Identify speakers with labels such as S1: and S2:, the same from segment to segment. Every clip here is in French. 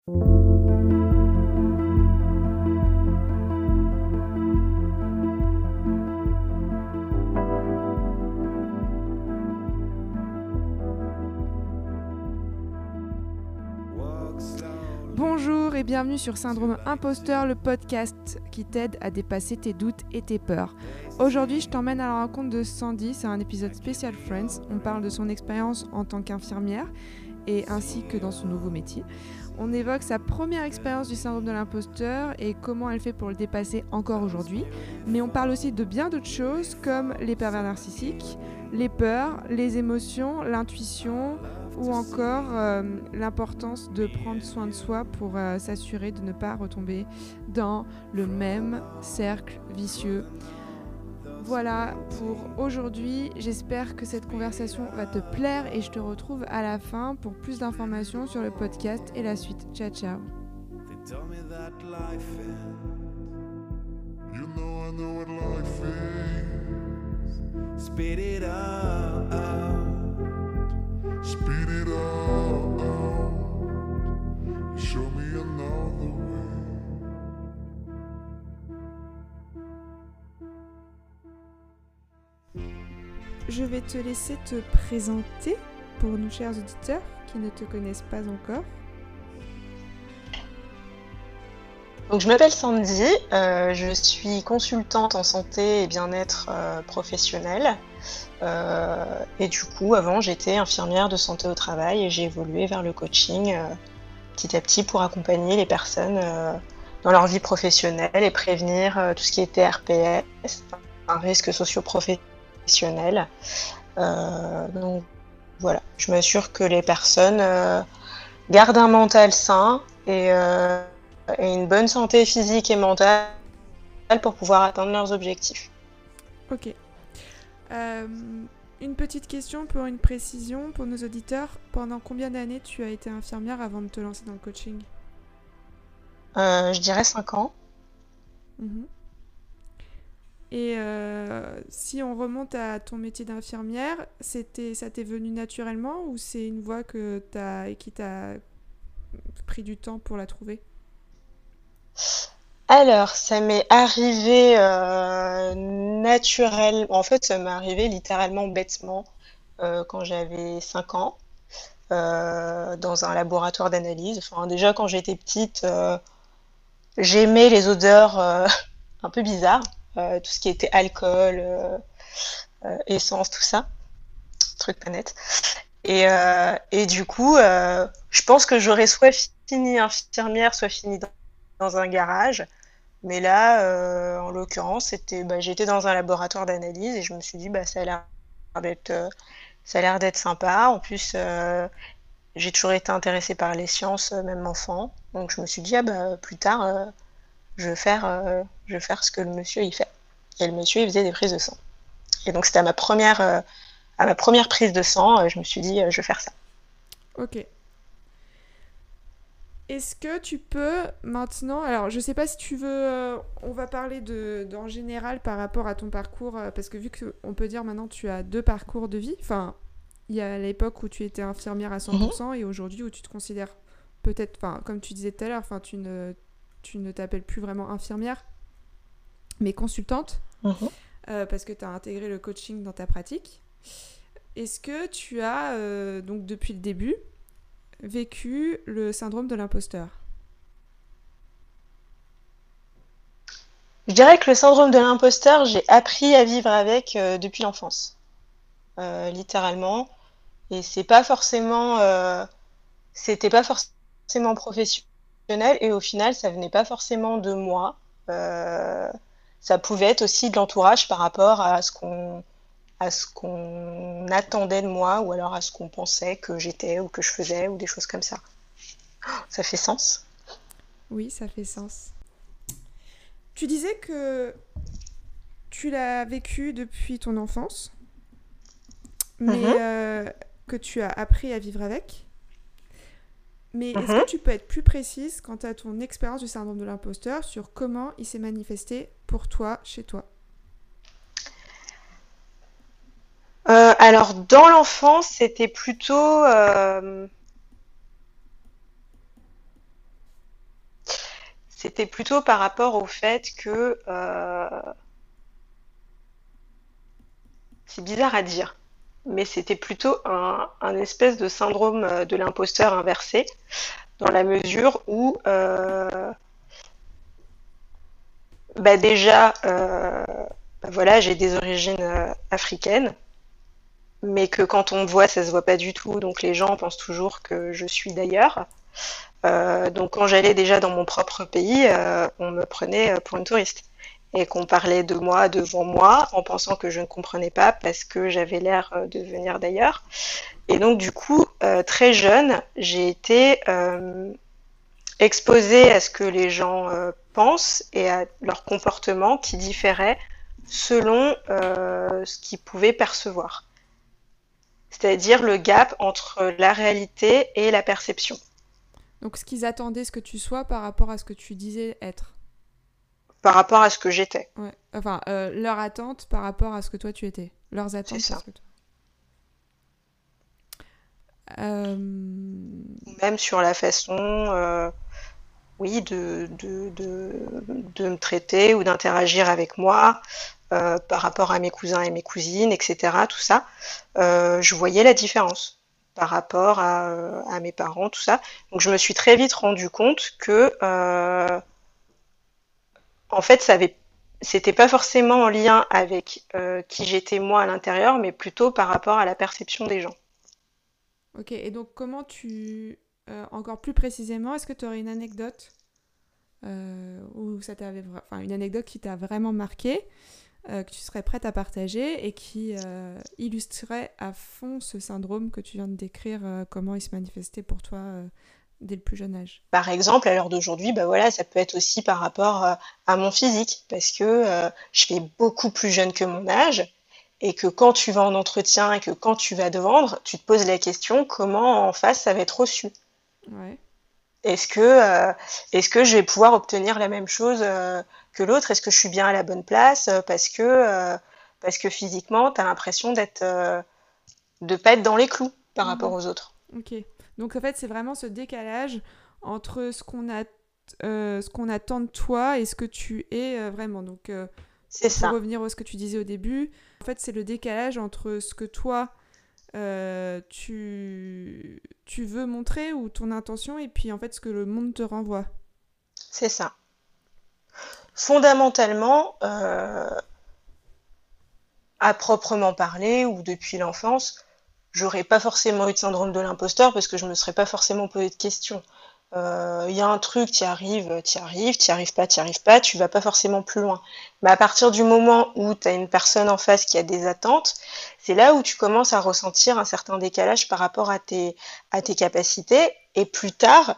S1: Bonjour et bienvenue sur Syndrome Imposteur, le podcast qui t'aide à dépasser tes doutes et tes peurs. Aujourd'hui, je t'emmène à la rencontre de Sandy, c'est un épisode spécial Friends. On parle de son expérience en tant qu'infirmière et ainsi que dans son nouveau métier. On évoque sa première expérience du syndrome de l'imposteur et comment elle fait pour le dépasser encore aujourd'hui. Mais on parle aussi de bien d'autres choses comme les pervers narcissiques, les peurs, les émotions, l'intuition ou encore l'importance de prendre soin de soi pour s'assurer de ne pas retomber dans le même cercle vicieux. Voilà pour aujourd'hui, j'espère que cette conversation va te plaire et je te retrouve à la fin pour plus d'informations sur le podcast et la suite. Ciao ciao. Je vais te laisser te présenter pour nos chers auditeurs qui ne te connaissent pas encore.
S2: Donc, je m'appelle Sandy, je suis consultante en santé et bien-être professionnel. Et du coup, avant, j'étais infirmière de santé au travail et j'ai évolué vers le coaching petit à petit pour accompagner les personnes dans leur vie professionnelle et prévenir tout ce qui était RPS, un risque socio-professionnel. Donc voilà, je m'assure que les personnes gardent un mental sain et une bonne santé physique et mentale pour pouvoir atteindre leurs objectifs.
S1: Ok. Une petite question pour une précision pour nos auditeurs. Pendant combien d'années tu as été infirmière avant de te lancer dans le coaching ?
S2: Je dirais 5 ans.
S1: Et si on remonte à ton métier d'infirmière, ça t'est venu naturellement ou c'est une voie qui t'a pris du temps pour la trouver ?
S2: Alors, ça m'est arrivé naturellement. En fait, ça m'est arrivé littéralement bêtement quand j'avais 5 ans dans un laboratoire d'analyse. Enfin, déjà, quand j'étais petite, j'aimais les odeurs un peu bizarres, tout ce qui était alcool, essence, tout ça, truc pas net. Et du coup, je pense que j'aurais soit fini infirmière, soit fini dans un garage. Mais là, en l'occurrence, j'étais dans un laboratoire d'analyse et je me suis dit, ça a l'air d'être sympa. En plus, j'ai toujours été intéressée par les sciences, même enfant. Donc je me suis dit, plus tard, je vais faire ce que le monsieur il fait. Et le monsieur, il faisait des prises de sang. Et donc c'était à ma première prise de sang, je me suis dit, je vais faire ça.
S1: Ok. Est-ce que tu peux maintenant... Alors, je sais pas si tu veux... on va parler en général par rapport à ton parcours, parce que vu qu'on peut dire maintenant tu as 2 parcours de vie, enfin, il y a l'époque où tu étais infirmière à 100% et aujourd'hui où tu te considères peut-être, enfin, comme tu disais tout à l'heure, enfin, tu ne t'appelles plus vraiment infirmière, mais consultante, parce que tu as intégré le coaching dans ta pratique. Est-ce que tu as, donc depuis le début, vécu le syndrome de l'imposteur ?
S2: Je dirais que le syndrome de l'imposteur, j'ai appris à vivre avec depuis l'enfance, littéralement. Et c'était pas forcément professionnel. Et au final, ça venait pas forcément de moi. Ça pouvait être aussi de l'entourage par rapport à ce qu'on attendait de moi ou alors à ce qu'on pensait que j'étais ou que je faisais ou des choses comme ça. Ça fait sens ?
S1: Oui, ça fait sens. Tu disais que tu l'as vécu depuis ton enfance, mais que tu as appris à vivre avec. Mais est-ce que tu peux être plus précise quant à ton expérience du syndrome de l'imposteur sur comment il s'est manifesté pour toi, chez toi ?
S2: Alors, dans l'enfance, c'était plutôt C'était plutôt par rapport au fait que, c'est bizarre à dire, mais c'était plutôt un espèce de syndrome de l'imposteur inversé, dans la mesure où, bah déjà, bah voilà, j'ai des origines africaines, mais que quand on me voit, ça se voit pas du tout, donc les gens pensent toujours que je suis d'ailleurs. Donc quand j'allais déjà dans mon propre pays, on me prenait pour une touriste et qu'on parlait de moi devant moi en pensant que je ne comprenais pas parce que j'avais l'air de venir d'ailleurs. Et donc du coup, très jeune, j'ai été exposée à ce que les gens pensent et à leur comportement qui différait selon ce qu'ils pouvaient percevoir. C'est-à-dire le gap entre la réalité et la perception.
S1: Donc, ce qu'ils attendaient ce que tu sois par rapport à ce que tu disais être.
S2: Par rapport à ce que j'étais.
S1: Ouais. Enfin, leur attente par rapport à ce que toi tu étais. Leurs
S2: C'est
S1: attentes par
S2: ça.
S1: ce que toi. Euh,
S2: Même sur la façon, oui, de me traiter ou d'interagir avec moi par rapport à mes cousins et mes cousines, etc. Tout ça, je voyais la différence par rapport à mes parents, tout ça. Donc je me suis très vite rendu compte que, en fait, c'était pas forcément en lien avec qui j'étais moi à l'intérieur, mais plutôt par rapport à la perception des gens.
S1: Ok, et donc comment tu... encore plus précisément, est-ce que tu aurais une anecdote où ça t'avait... Enfin, une anecdote qui t'a vraiment marqué, que tu serais prête à partager et qui illustrerait à fond ce syndrome que tu viens de décrire, comment il se manifestait pour toi dès le plus jeune âge.
S2: Par exemple, à l'heure d'aujourd'hui, bah voilà, ça peut être aussi par rapport à mon physique, parce que je fais beaucoup plus jeune que mon âge, et que quand tu vas en entretien et que quand tu vas te vendre, tu te poses la question comment en face ça va être reçu.
S1: Ouais.
S2: Est-ce que, est-ce que je vais pouvoir obtenir la même chose que l'autre? Est-ce que je suis bien à la bonne place? Parce que physiquement, tu as l'impression de pas être dans les clous par rapport
S1: Mhm.
S2: aux autres.
S1: Ok. Donc en fait, c'est vraiment ce décalage entre ce qu'on attend de toi et ce que tu es vraiment. Donc
S2: C'est
S1: pour
S2: ça.
S1: revenir à ce que tu disais au début, en fait, c'est le décalage entre ce que toi tu veux montrer ou ton intention et puis en fait ce que le monde te renvoie.
S2: C'est ça. Fondamentalement, à proprement parler ou depuis l'enfance, j'aurais pas forcément eu de syndrome de l'imposteur parce que je me serais pas forcément posé de questions. Il y a un truc, t'y arrives pas, tu vas pas forcément plus loin. Mais à partir du moment où tu as une personne en face qui a des attentes, c'est là où tu commences à ressentir un certain décalage par rapport à tes capacités. Et plus tard,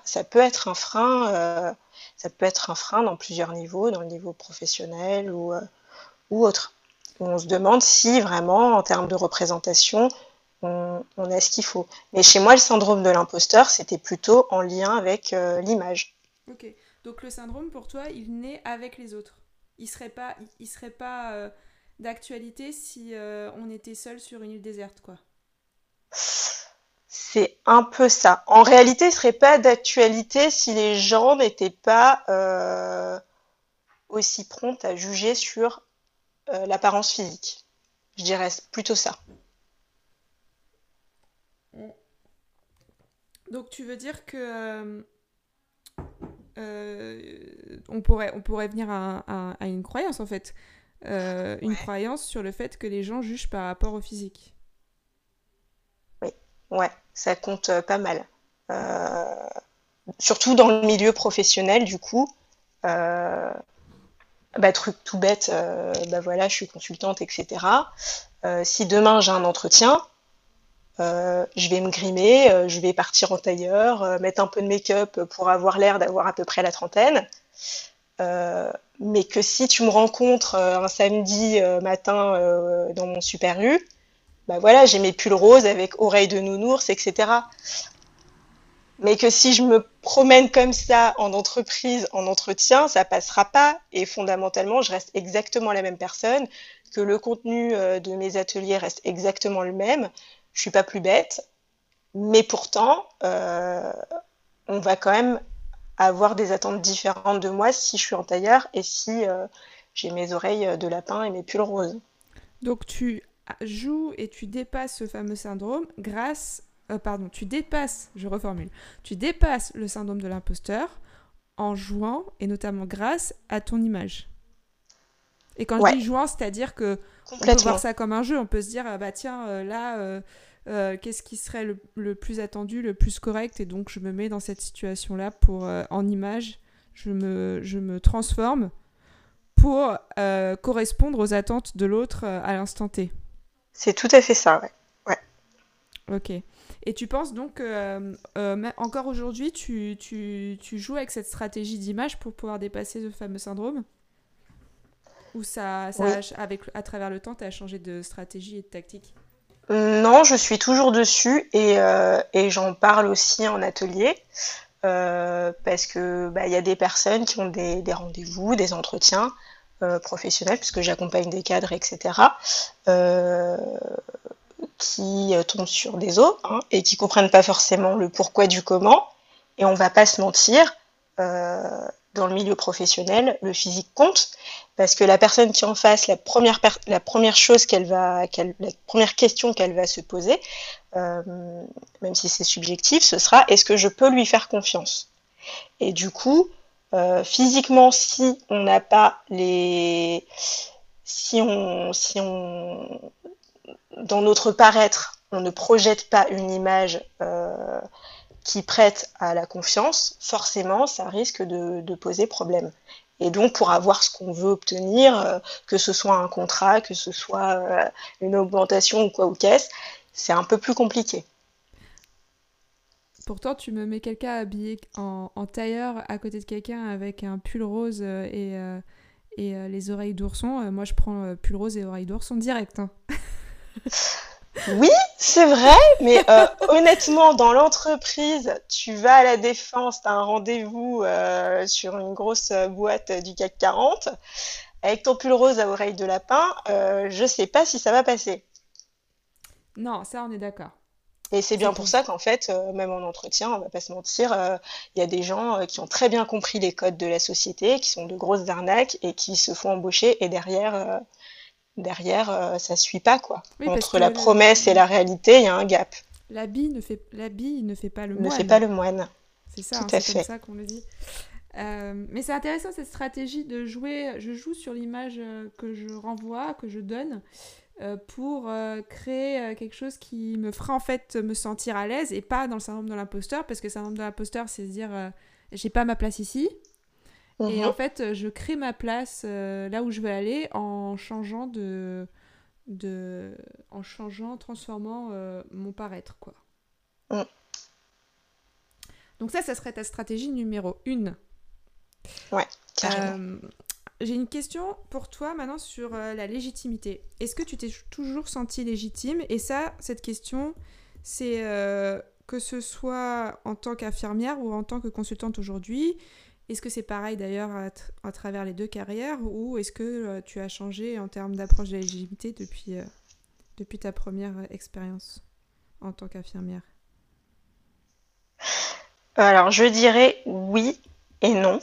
S2: ça peut être un frein dans plusieurs niveaux, dans le niveau professionnel ou autre. On se demande si vraiment, en termes de représentation, on a ce qu'il faut. Mais chez moi, le syndrome de l'imposteur, c'était plutôt en lien avec l'image.
S1: Ok. Donc le syndrome pour toi, il naît avec les autres. Il serait pas d'actualité si on était seul sur une île déserte, quoi.
S2: C'est un peu ça. En réalité, ce serait pas d'actualité si les gens n'étaient pas aussi prompts à juger sur l'apparence physique. Je dirais plutôt ça.
S1: Donc tu veux dire que on pourrait venir à une croyance en fait. Une
S2: Ouais.
S1: croyance sur le fait que les gens jugent par rapport au physique.
S2: Oui, ouais, ça compte pas mal. Euh, Surtout dans le milieu professionnel, du coup. Euh, Bah, truc tout bête, bah voilà, je suis consultante, etc. Si demain j'ai un entretien, je vais me grimer, je vais partir en tailleur, mettre un peu de make-up pour avoir l'air d'avoir à peu près la trentaine. Mais que si tu me rencontres un samedi matin dans mon Super U, bah voilà, j'ai mes pulls roses avec oreilles de nounours, etc. Mais que si je me promène comme ça en entreprise, en entretien, ça passera pas. Et fondamentalement, je reste exactement la même personne, que le contenu de mes ateliers reste exactement le même. Je suis pas plus bête. Mais pourtant, on va quand même avoir des attentes différentes de moi si je suis en tailleur et si j'ai mes oreilles de lapin et mes pulls roses.
S1: Donc tu joues et tu dépasses ce fameux syndrome grâce... pardon, tu dépasses, je reformule, tu dépasses le syndrome de l'imposteur en jouant et notamment grâce à ton image. Et quand je
S2: Ouais,
S1: dis jouant, c'est-à-dire que on peut voir
S2: complètement.
S1: ça comme un jeu, on peut se dire, ah bah tiens, là, qu'est-ce qui serait le plus attendu, le plus correct, et donc je me mets dans cette situation-là pour, en image, je me transforme pour correspondre aux attentes de l'autre à l'instant T.
S2: C'est tout à fait ça, ouais. Ouais.
S1: Ok. Et tu penses donc que encore aujourd'hui, tu joues avec cette stratégie d'image pour pouvoir dépasser ce fameux syndrome? Ou
S2: Oui.
S1: avec, à travers le temps, tu as changé de stratégie et de tactique?
S2: Non, je suis toujours dessus et j'en parle aussi en atelier parce que bah, il y a des personnes qui ont des rendez-vous, des entretiens professionnels, puisque j'accompagne des cadres, etc., euh, qui tombent sur des os hein, et qui comprennent pas forcément le pourquoi du comment. Et on va pas se mentir, dans le milieu professionnel, le physique compte parce que la personne qui est en face, la première chose la première question qu'elle va se poser, euh, même si c'est subjectif, ce sera est-ce que je peux lui faire confiance. Et du coup, physiquement, si on n'a pas les, si on, dans notre paraître, on ne projette pas une image qui prête à la confiance, forcément, ça risque de poser problème. Et donc, pour avoir ce qu'on veut obtenir, que ce soit un contrat, que ce soit une augmentation ou quoi ou qu'est-ce, c'est un peu plus compliqué.
S1: Pourtant, tu me mets quelqu'un habillé en tailleur à côté de quelqu'un avec un pull rose et les oreilles d'ourson. Moi, je prends pull rose et oreilles d'ourson direct, hein.
S2: Oui, c'est vrai, mais honnêtement, dans l'entreprise, tu vas à la défense, tu as un rendez-vous sur une grosse boîte du CAC 40, avec ton pull rose à oreille de lapin, je sais pas si ça va passer.
S1: Non, ça, on est d'accord.
S2: Et c'est
S1: C'est
S2: bien pour
S1: clair.
S2: ça qu'en fait, même en entretien, on va pas se mentir, il y a des gens qui ont très bien compris les codes de la société, qui sont de grosses arnaques et qui se font embaucher et derrière, ça suit pas quoi.
S1: Oui, parce
S2: Entre
S1: que
S2: la promesse et la réalité, il y a un gap.
S1: l'habit ne fait pas le
S2: Ne fais pas
S1: moine.
S2: le moine.
S1: C'est ça,
S2: Tout
S1: hein,
S2: à
S1: c'est comme
S2: fait.
S1: ça qu'on le dit. Mais c'est intéressant cette stratégie de jouer. Je joue sur l'image que je renvoie, que je donne, pour créer quelque chose qui me fera en fait me sentir à l'aise et pas dans le syndrome de l'imposteur, parce que le syndrome de l'imposteur, c'est se dire j'ai pas ma place ici. Et en
S2: Mhm.
S1: fait, je crée ma place là où je veux aller en changeant en changeant, transformant mon paraître, quoi.
S2: Mm.
S1: Donc ça serait ta stratégie numéro 1.
S2: Ouais, carrément.
S1: Euh, j'ai une question pour toi maintenant sur la légitimité. Est-ce que tu t'es toujours senti légitime? Et ça, cette question, c'est que ce soit en tant qu'infirmière ou en tant que consultante aujourd'hui. Est-ce que c'est pareil d'ailleurs à travers les deux carrières ou est-ce que tu as changé en termes d'approche de la légitimité depuis ta première expérience en tant qu'infirmière?
S2: Alors, je dirais oui et non.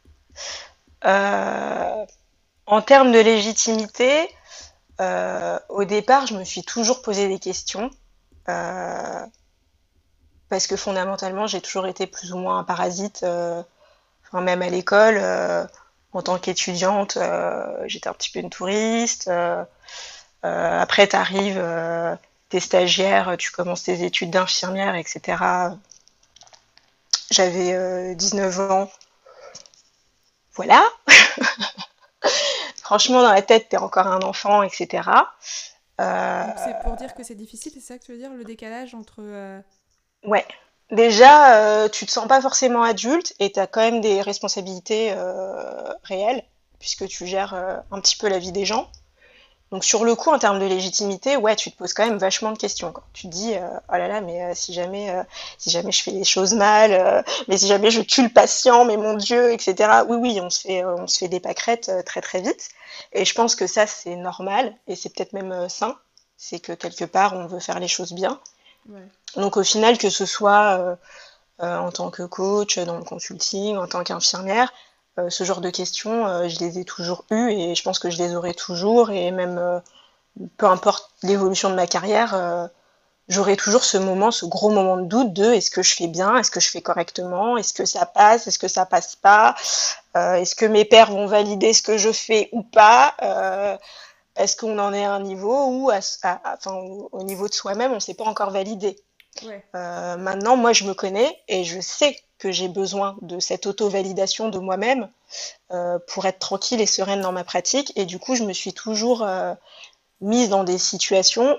S2: Euh, En termes de légitimité, au départ, je me suis toujours posé des questions. euh, Parce que fondamentalement, j'ai toujours été plus ou moins un parasite. Enfin, même à l'école, en tant qu'étudiante, j'étais un petit peu une touriste. Après, t'arrives, t'es stagiaire, tu commences tes études d'infirmière, etc. J'avais 19 ans. Voilà. Franchement, dans la tête, t'es encore un enfant, etc. Euh,
S1: Donc c'est pour dire que c'est difficile, c'est ça que tu veux dire, le décalage entre...
S2: ouais. Déjà, tu te sens pas forcément adulte et t'as quand même des responsabilités réelles, puisque tu gères un petit peu la vie des gens. Donc sur le coup, en termes de légitimité, ouais, tu te poses quand même vachement de questions, quoi. Tu te dis, oh là là, mais si jamais je fais les choses mal, mais si jamais je tue le patient, mais mon Dieu, etc. Oui, oui, on se fait des pâquerettes très très vite. Et je pense que ça, c'est normal et c'est peut-être même sain. C'est que quelque part, on veut faire les choses bien.
S1: Ouais.
S2: Donc au final, que ce soit en tant que coach, dans le consulting, en tant qu'infirmière. Ce genre de questions, je les ai toujours eues et je pense que je les aurai toujours et même peu importe l'évolution de ma carrière, j'aurai toujours ce moment, ce gros moment de doute de est-ce que je fais bien, est-ce que je fais correctement, est-ce que ça passe, est-ce que ça passe pas, est-ce que mes pairs vont valider ce que je fais ou pas, est-ce qu'on en est à un niveau où, enfin, au niveau de soi-même, on ne s'est pas encore validé.
S1: Ouais.
S2: Maintenant, moi, je me connais et je sais que j'ai besoin de cette auto-validation de moi-même pour être tranquille et sereine dans ma pratique. Et du coup, je me suis toujours mise dans des situations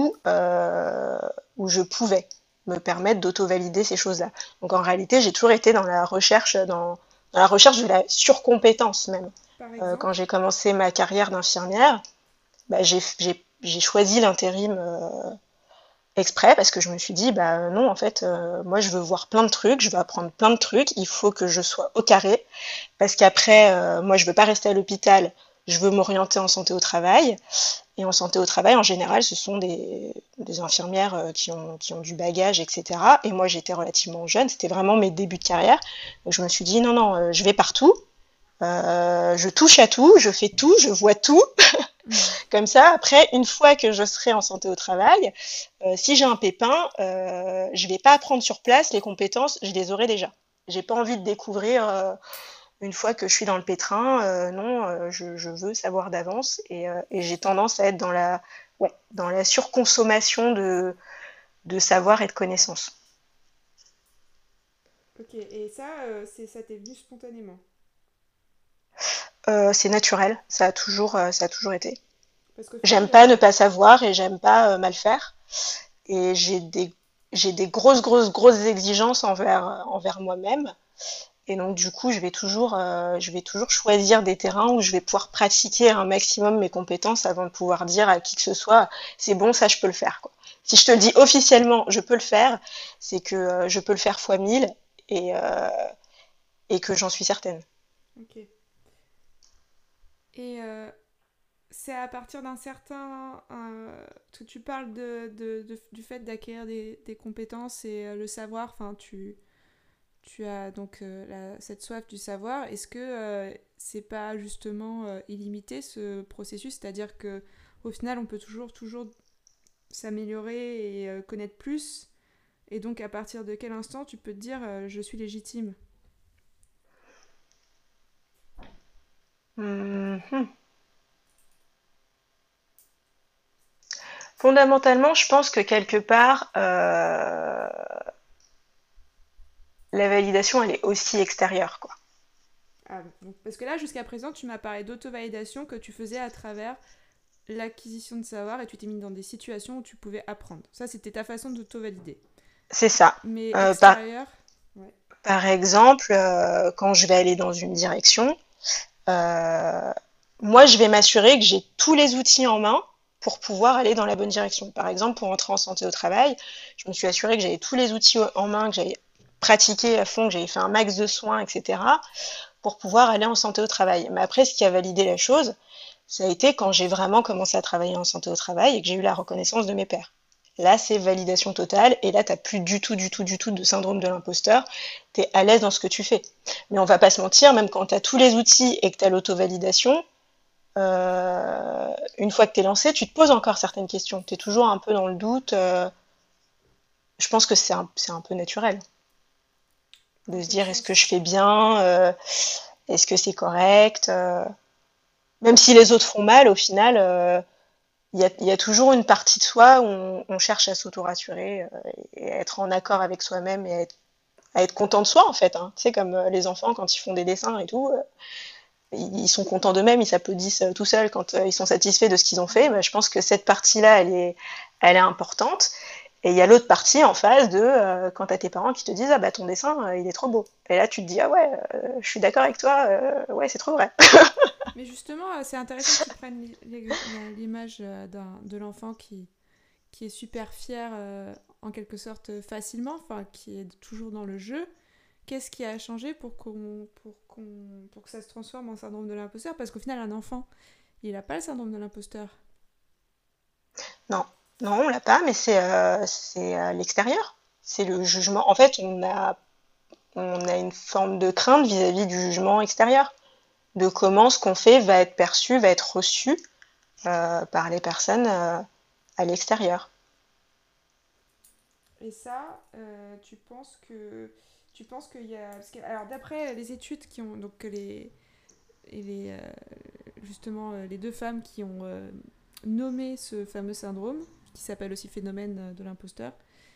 S2: où je pouvais me permettre d'auto-valider ces choses-là. Donc en réalité, j'ai toujours été dans la recherche de la surcompétence même.
S1: Par
S2: Quand
S1: exemple?
S2: j'ai commencé ma carrière d'infirmière, bah, j'ai choisi l'intérim exprès parce que je me suis dit, bah non, en fait, moi je veux voir plein de trucs, je veux apprendre plein de trucs, il faut que je sois au carré parce qu'après, moi je veux pas rester à l'hôpital, je veux m'orienter en santé au travail. Et en santé au travail, en général, ce sont des infirmières qui ont du bagage, etc. Et moi, j'étais relativement jeune, c'était vraiment mes débuts de carrière. Donc je me suis dit, non, non, je vais partout, je touche à tout, je fais tout, je vois tout.
S1: Mm.
S2: Comme ça, après, une fois que je serai en santé au travail, si j'ai un pépin, je vais pas apprendre sur place, les compétences, je les aurai déjà. J'ai pas envie de découvrir une fois que je suis dans le pétrin, non, je veux savoir d'avance et j'ai tendance à être ouais, dans la surconsommation de savoir et de connaissances.
S1: Ok, et ça, ça t'est venu spontanément.
S2: C'est naturel, ça a toujours été.
S1: Parce qu'au final,
S2: J'aime pas ne pas savoir et j'aime pas mal faire. Et j'ai des grosses exigences envers moi-même. Et donc, du coup, je vais toujours choisir des terrains où je vais pouvoir pratiquer un maximum mes compétences avant de pouvoir dire à qui que ce soit, c'est bon, ça, je peux le faire, quoi. Si je te le dis officiellement, je peux le faire, c'est que je peux le faire fois 1000 et, euh, et que j'en suis certaine.
S1: ok. Et c'est à partir d'un certain... que tu parles du fait d'acquérir des compétences et le savoir, enfin, tu as donc cette soif du savoir. Est-ce que c'est pas justement illimité ce processus? C'est-à-dire que au final, on peut toujours s'améliorer et connaître plus. Et donc, à partir de quel instant tu peux te dire je suis légitime?
S2: Mhm. Fondamentalement, je pense que quelque part, la validation, elle est aussi extérieure, quoi.
S1: Ah, donc, parce que là, jusqu'à présent, tu m'as parlé d'auto-validation que tu faisais à travers l'acquisition de savoir et tu t'es mis dans des situations où tu pouvais apprendre. Ça, c'était ta façon d'auto-valider.
S2: C'est ça.
S1: Mais
S2: Euh, par,
S1: extérieur, ouais.
S2: par exemple, quand je vais aller dans une direction, Euh, moi, je vais m'assurer que j'ai tous les outils en main pour pouvoir aller dans la bonne direction. Par exemple, pour entrer en santé au travail, je me suis assurée que j'avais tous les outils en main, que j'avais pratiqué à fond, que j'avais fait un max de soins, etc., pour pouvoir aller en santé au travail. Mais après, ce qui a validé la chose, ça a été quand j'ai vraiment commencé à travailler en santé au travail et que j'ai eu la reconnaissance de mes pairs. Là, c'est validation totale et là, t'as plus du tout de syndrome de l'imposteur. T'es à l'aise dans ce que tu fais. Mais on va pas se mentir, même quand t'as tous les outils et que t'as l'auto-validation, une fois que t'es lancé, tu te poses encore certaines questions. T'es toujours un peu dans le doute. Je pense que c'est un peu naturel de
S1: Dans
S2: se
S1: quel
S2: dire est-ce que je
S1: sens?
S2: fais bien, est-ce que c'est correct. Même si les autres font mal, au final, il y a toujours une partie de soi où on cherche à s'auto-rassurer et à être en accord avec soi-même et à être content de soi en fait. Hein. Tu sais, comme les enfants quand ils font des dessins et tout, ils sont contents d'eux-mêmes, ils s'applaudissent tout seuls quand ils sont satisfaits de ce qu'ils ont fait.
S1: Mhm.
S2: Bah, je pense que cette partie-là, elle est importante. Et il y a l'autre partie en face de quand t'as tes parents qui te disent ah bah ton dessin il est trop beau. Et là tu te dis ah ouais je suis d'accord avec toi ouais c'est trop vrai.
S1: Mais justement, c'est intéressant que tu prennes l'image de l'enfant qui est super fier, en quelque sorte, facilement, enfin, qui est toujours dans le jeu. Qu'est-ce qui a changé pour que ça se transforme en syndrome de l'imposteur? Parce qu'au final, un enfant, il n'a pas le syndrome de l'imposteur.
S2: Non, non, on l'a pas, mais c'est l'extérieur. C'est le jugement. En fait, on a on a une forme de crainte vis-à-vis du jugement extérieur, de comment ce qu'on fait va être perçu, va être reçu par les personnes à l'extérieur.
S1: Et ça, tu penses qu'il y a parce que, alors d'après les études qui ont donc les justement les deux femmes qui ont nommé ce fameux syndrome qui s'appelle aussi phénomène de l'imposteur,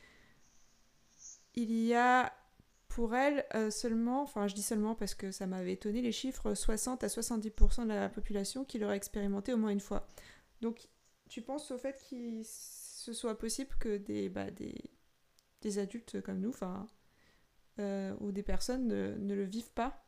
S1: il y a pour elles seulement, enfin je dis seulement parce que ça m'avait étonné, les chiffres 60 à 70% de la population qui l'auraient expérimenté au moins une fois. Donc tu penses au fait qu'il ce soit possible que des adultes comme nous, enfin, ou des personnes ne le vivent pas,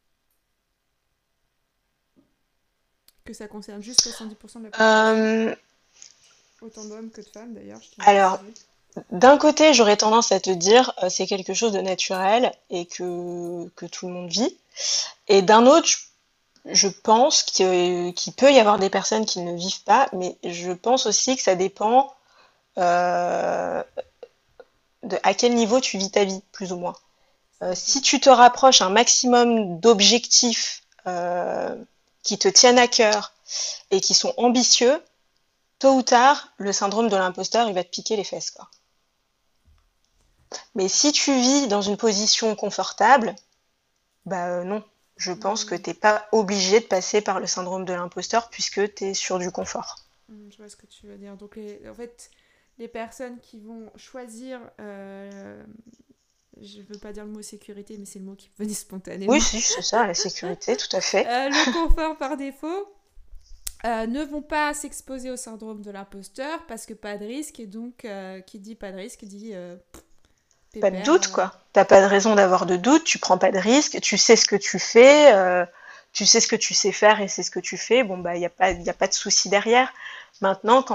S1: que ça concerne juste 70% de la population,
S2: Euh,
S1: autant d'hommes que de femmes d'ailleurs, je tiens à
S2: alors,
S1: préciser.
S2: d'un côté, j'aurais tendance à te dire c'est quelque chose de naturel et que tout le monde vit. Et d'un autre, je pense qu'il peut y avoir des personnes qui ne vivent pas, mais je pense aussi que ça dépend euh, de à quel niveau tu vis ta vie, plus ou moins.
S1: C'est-à-dire.
S2: Si tu te rapproches un maximum d'objectifs qui te tiennent à cœur et qui sont ambitieux, tôt ou tard, le syndrome de l'imposteur, il va te piquer les fesses, quoi. Mais si tu vis dans une position confortable, bah non. Je pense que
S1: Hmm,
S2: t'es pas obligé de passer par le syndrome de l'imposteur puisque t'es sur du confort.
S1: je vois ce que tu veux dire. Donc en fait, les personnes qui vont choisir, je veux pas dire le mot sécurité, mais c'est le mot qui me venait
S2: Oui,
S1: spontanément,
S2: si, c'est ça, la sécurité, tout à fait.
S1: le confort par défaut, ne vont pas s'exposer au syndrome de l'imposteur parce que pas de risque, et donc qui dit pas de risque dit
S2: Pas de
S1: pépère.
S2: doute, quoi. T'as pas de raison d'avoir de doute, tu prends pas de risque, tu sais ce que tu fais, tu sais ce que tu sais faire et c'est ce que tu fais. Bon, bah, y a pas de souci derrière. Maintenant,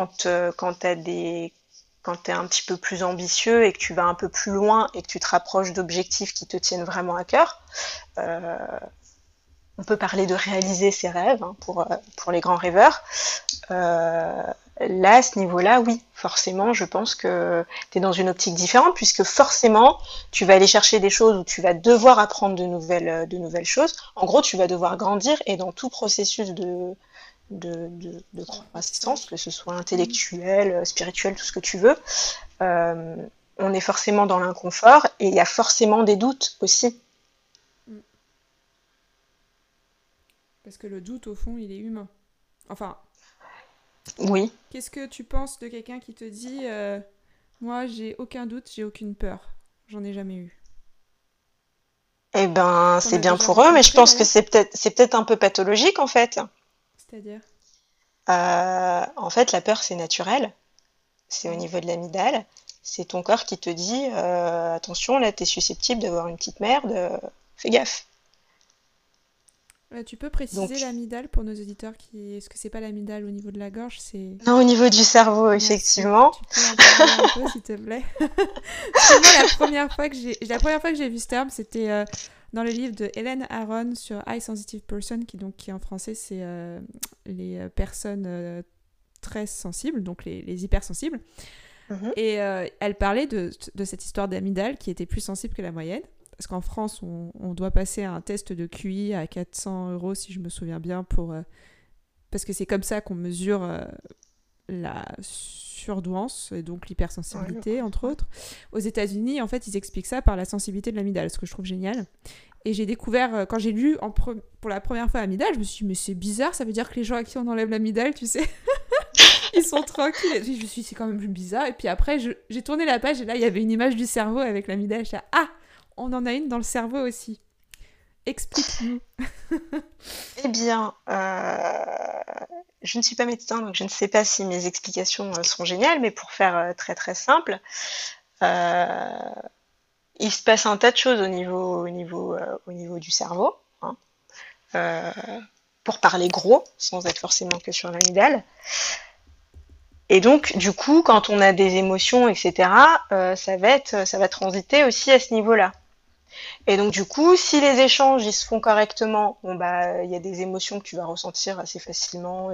S2: quand t'es un petit peu plus ambitieux et que tu vas un peu plus loin et que tu te rapproches d'objectifs qui te tiennent vraiment à cœur, euh, on peut parler de réaliser ses rêves hein, pour les grands rêveurs. Euh, Là, à ce niveau-là, oui, forcément, je pense que tu es dans une optique différente puisque forcément, tu vas aller chercher des choses où tu vas devoir apprendre de nouvelles choses. En gros, tu vas devoir grandir et dans tout processus de croissance,
S1: D'apprentissage.
S2: que ce soit
S1: Mm.
S2: intellectuel, spirituel, tout ce que tu veux, euh, on est forcément dans l'inconfort et il y a forcément des doutes aussi.
S1: Mm. Parce que le doute, au fond, il est humain. Enfin,
S2: Oui,
S1: qu'est-ce que tu penses de quelqu'un qui te dit moi, j'ai aucun doute, j'ai aucune peur. J'en ai jamais eu.
S2: eh ben,
S1: T'en
S2: c'est
S1: as
S2: bien
S1: déjà
S2: pour eux, mais je
S1: rencontré
S2: pense que
S1: d'ailleurs.
S2: c'est peut-être un peu pathologique en fait.
S1: C'est-à-dire.
S2: En fait, la peur, c'est naturel. C'est au
S1: Mm.
S2: niveau de l'amygdale. C'est ton corps qui te dit attention, là, t'es susceptible d'avoir une petite merde, fais gaffe.
S1: Tu peux préciser
S2: Donc,
S1: l'amygdale pour nos auditeurs qui. Est-ce que c'est pas l'amygdale au niveau de la gorge, c'est.
S2: non, au niveau du cerveau,
S1: Merci.
S2: effectivement.
S1: Tu peux en parler un peu, s'il te plaît. Parce que moi, la première fois que j'ai vu ce terme, c'était dans le livre de Hélène Aron sur High Sensitive Person, qui en français, c'est les personnes très sensibles, donc les hypersensibles.
S2: Mhm.
S1: Et elle parlait de cette histoire d'amygdale qui était plus sensible que la moyenne. Parce qu'en France, on doit passer un test de QI à 400 € si je me souviens bien, parce que c'est comme ça qu'on mesure la surdouance et donc
S2: Ouais, je
S1: l'hypersensibilité,
S2: crois.
S1: entre
S2: Ouais.
S1: autres. Aux États-Unis, en fait, ils expliquent ça par la sensibilité de l'amygdale, ce que je trouve génial. Et j'ai découvert, quand j'ai lu pour la première fois l'amygdale, je me suis dit, mais c'est bizarre, ça veut dire que les gens à qui on enlève l'amygdale, tu sais, ils sont tranquilles. Et puis, je me suis dit, c'est quand même bizarre. Et puis après, j'ai tourné la page et là, il y avait une image du cerveau avec l'amygdale. Je suis là, ah, on en a une dans le cerveau aussi. Explique-nous.
S2: Eh bien, je ne suis pas médecin, donc je ne sais pas si mes explications sont géniales, mais pour faire très très simple, euh, il se passe un tas de choses au niveau du cerveau, hein, euh, pour parler gros, sans être forcément que sur l'amygdale. Et donc, du coup, quand on a des émotions, etc., ça va transiter aussi à ce niveau-là. Et donc, du coup, si les échanges ils se font correctement, bon bah, il y a des émotions que tu vas ressentir assez facilement,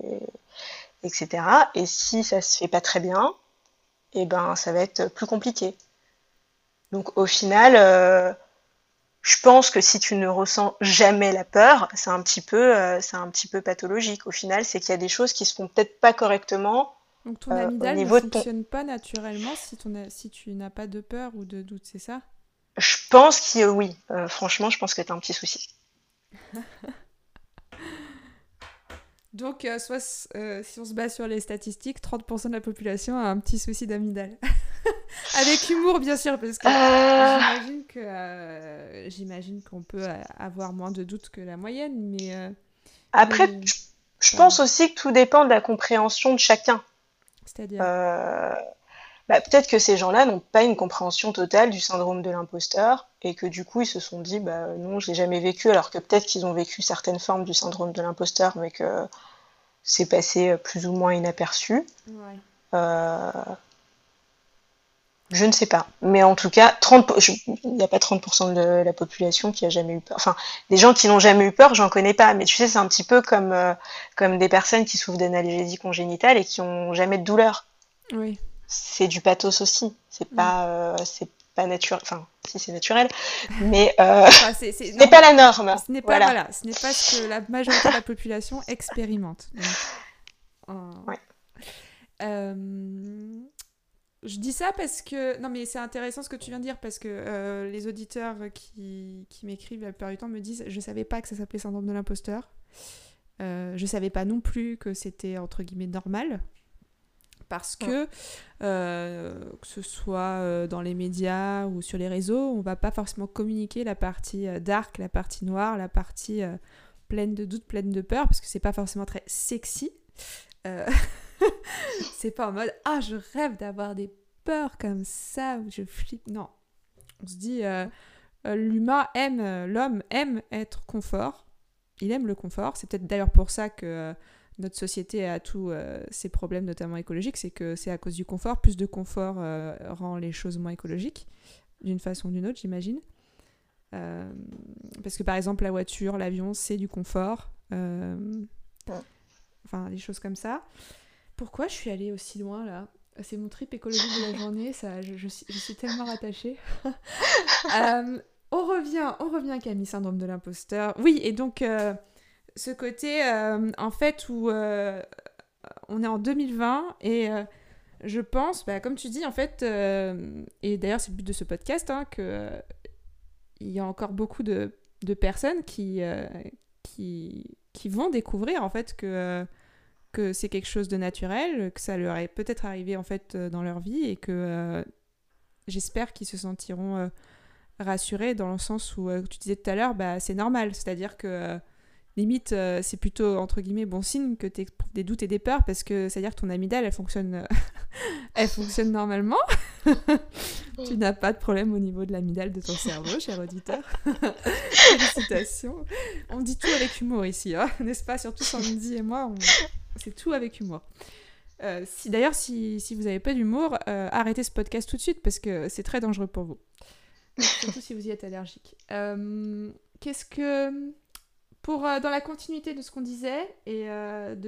S2: etc. Et si ça se fait pas très bien, et ben, ça va être plus compliqué. Donc, au final, je pense que si tu ne ressens jamais la peur, c'est un petit peu pathologique. Au final, c'est qu'il y a des choses qui se font peut-être pas correctement
S1: Donc ton
S2: au
S1: amygdale ne
S2: niveau de ton.
S1: fonctionne pas naturellement si tu n'as pas de peur ou de doute, c'est ça?
S2: Je pense que oui. Franchement, je pense que tu as un petit souci.
S1: Donc, si on se base sur les statistiques, 30% de la population a un petit souci d'amygdale. Avec humour, bien sûr, parce que
S2: Euh,
S1: j'imagine qu'on peut avoir moins de doutes que la moyenne,
S2: Après,
S1: mais
S2: je
S1: pardon.
S2: pense aussi que tout dépend de la compréhension de chacun.
S1: C'est-à-dire,
S2: Euh, peut-être que ces gens-là n'ont pas une compréhension totale du syndrome de l'imposteur et que du coup ils se sont dit bah non, je l'ai jamais vécu, alors que peut-être qu'ils ont vécu certaines formes du syndrome de l'imposteur, mais que c'est passé plus ou moins inaperçu.
S1: ouais.
S2: Euh, je ne sais pas. Mais en tout cas, 30, il n'y a pas 30% de la population qui a jamais eu peur. Enfin, des gens qui n'ont jamais eu peur, j'en connais pas. Mais tu sais, c'est un petit peu comme des personnes qui souffrent d'analgésie congénitale et qui ont jamais de douleur.
S1: Oui.
S2: C'est du pathos aussi.
S1: Mm.
S2: C'est pas naturel. Enfin, si c'est naturel, mais
S1: Enfin,
S2: ce n'est pas la norme.
S1: ce n'est pas,
S2: Voilà.
S1: voilà, ce n'est pas ce que la majorité de la population expérimente. Donc,
S2: Ouais.
S1: euh, je dis ça parce que... Non, mais c'est intéressant ce que tu viens de dire, parce que les auditeurs qui m'écrivent la plupart du temps me disent je savais pas que ça s'appelait syndrome de l'imposteur. Je savais pas non plus que c'était entre guillemets normal. Parce que ce soit dans les médias ou sur les réseaux, on va pas forcément communiquer la partie dark, la partie noire, la partie pleine de doutes, pleine de peur, parce que c'est pas forcément très sexy. Euh, c'est pas en mode ah, je rêve d'avoir des peurs comme ça, où je flippe. Non, on se dit l'homme aime être confort. Il aime le confort. C'est peut-être d'ailleurs pour ça que notre société a tous ces problèmes, notamment écologiques. C'est que c'est à cause du confort. Plus de confort rend les choses moins écologiques, d'une façon ou d'une autre, j'imagine. Euh, Parce que par exemple, la voiture, l'avion, c'est du confort. Enfin, des choses comme ça. Pourquoi je suis allée aussi loin là? C'est mon trip écologique de la journée, ça, je suis tellement rattachée. Euh, on revient Camille, syndrome de l'imposteur. Oui, et donc ce côté en fait où on est en 2020 et je pense, bah, comme tu dis en fait, et d'ailleurs c'est le but de ce podcast, hein, que il y a encore beaucoup de personnes qui vont découvrir en fait que c'est quelque chose de naturel, que ça leur est peut-être arrivé en fait dans leur vie et que j'espère qu'ils se sentiront rassurés dans le sens où tu disais tout à l'heure, bah, c'est normal, c'est-à-dire que limite c'est plutôt entre guillemets bon signe que tu éprouves des doutes et des peurs parce que c'est-à-dire que ton amygdale elle fonctionne, elle fonctionne normalement. Tu n'as pas de problème au niveau de l'amygdale de ton cerveau, cher auditeur. Félicitations. On dit tout avec humour ici, hein, n'est-ce pas? Surtout Sandy et moi, c'est tout avec humour. D'ailleurs, si vous n'avez pas d'humour, arrêtez ce podcast tout de suite parce que c'est très dangereux pour vous. Surtout si vous y êtes allergique. Qu'est-ce que... dans la continuité de ce qu'on disait et de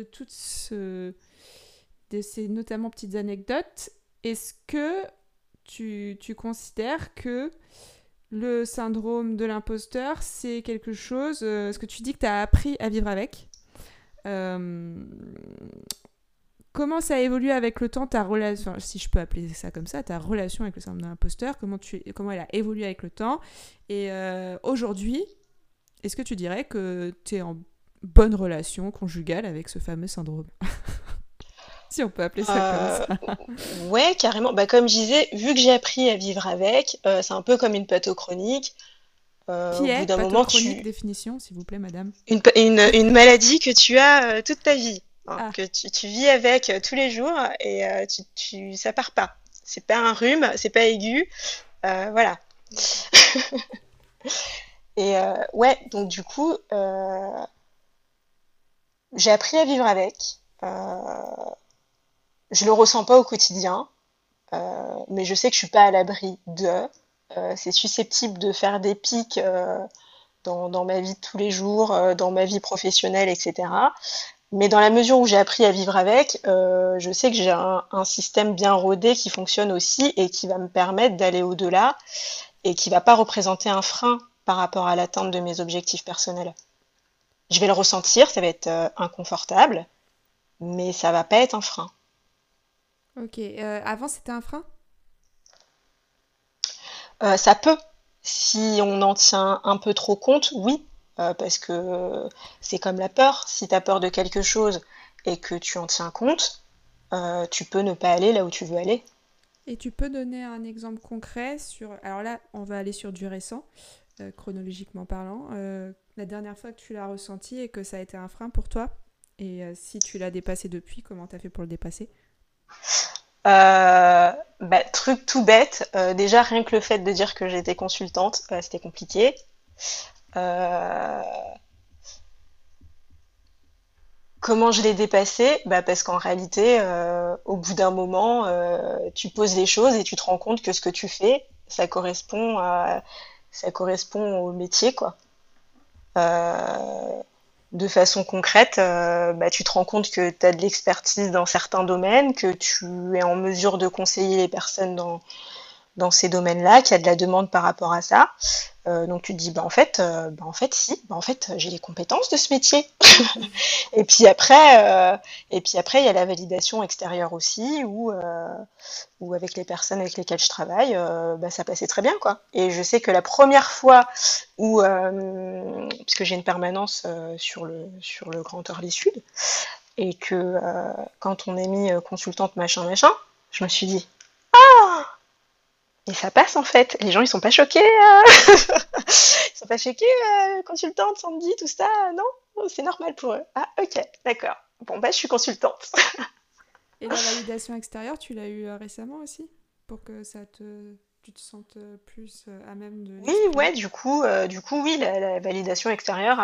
S1: de ces notamment petites anecdotes, est-ce que tu considères que le syndrome de l'imposteur, c'est quelque chose... Est-ce que tu dis que tu as appris à vivre avec euh, Comment ça a évolué avec le temps, ta relation, enfin, si je peux appeler ça comme ça, ta relation avec le syndrome de l'imposteur, comment elle a évolué avec le temps? Et aujourd'hui, est-ce que tu dirais que tu es en bonne relation conjugale avec ce fameux syndrome? Si on peut appeler ça comme
S2: Euh,
S1: ça.
S2: ouais, carrément. Bah, comme je disais, vu que j'ai appris à vivre avec, c'est un peu comme une patho chronique.
S1: Qui
S2: Au bout
S1: est
S2: d'un moment,
S1: pathochronique, définition, s'il vous plaît, madame?
S2: une maladie que tu as toute ta vie, hein,
S1: Ah,
S2: que tu vis avec tous les jours et ça part pas. C'est pas un rhume, c'est pas aigu, voilà.
S1: d'accord.
S2: Et ouais, donc du coup, j'ai appris à vivre avec. Je le ressens pas au quotidien, mais je sais que je suis pas à l'abri de. C'est susceptible de faire des pics dans ma vie de tous les jours, dans ma vie professionnelle, etc. Mais dans la mesure où j'ai appris à vivre avec, je sais que j'ai un système bien rodé qui fonctionne aussi et qui va me permettre d'aller au-delà et qui va pas représenter un frein par rapport à l'atteinte de mes objectifs personnels. Je vais le ressentir, ça va être inconfortable, mais ça va pas être un frein.
S1: Ok. Avant, c'était un frein?
S2: Ça peut, si on en tient un peu trop compte, oui, parce que c'est comme la peur. Si tu as peur de quelque chose et que tu en tiens compte, tu peux ne pas aller là où tu veux aller.
S1: Et tu peux donner un exemple concret sur... Alors là, on va aller sur du récent, chronologiquement parlant. La dernière fois que tu l'as ressenti et que ça a été un frein pour toi, et si tu l'as dépassé depuis, comment tu as fait pour le dépasser?
S2: Truc tout bête, déjà rien que le fait de dire que j'étais consultante, c'était compliqué. Euh, Comment je l'ai dépassé? Parce qu'en réalité, au bout d'un moment, tu poses les choses et tu te rends compte que ce que tu fais, ça correspond au métier, quoi. Euh, de façon concrète, tu te rends compte que tu as de l'expertise dans certains domaines, que tu es en mesure de conseiller les personnes dans ces domaines-là, qu'il y a de la demande par rapport à ça. Donc tu te dis, j'ai les compétences de ce métier. Et puis après, il y a la validation extérieure aussi, où avec les personnes avec lesquelles je travaille, ça passait très bien, quoi. Et je sais que la première fois puisque j'ai une permanence sur le Grand Orly Sud, et que quand on est mis consultante machin, je me suis dit, et ça passe en fait. Les gens ils sont pas choqués, ils sont pas choqués, consultante, Sandy, tout ça, non, c'est normal pour eux. Ah ok, d'accord. Bon je suis consultante.
S1: Et la validation extérieure, tu l'as eu récemment aussi? Pour que tu te sentes plus à même de
S2: Oui,
S1: l'exprimer?
S2: ouais, du coup, oui, la validation extérieure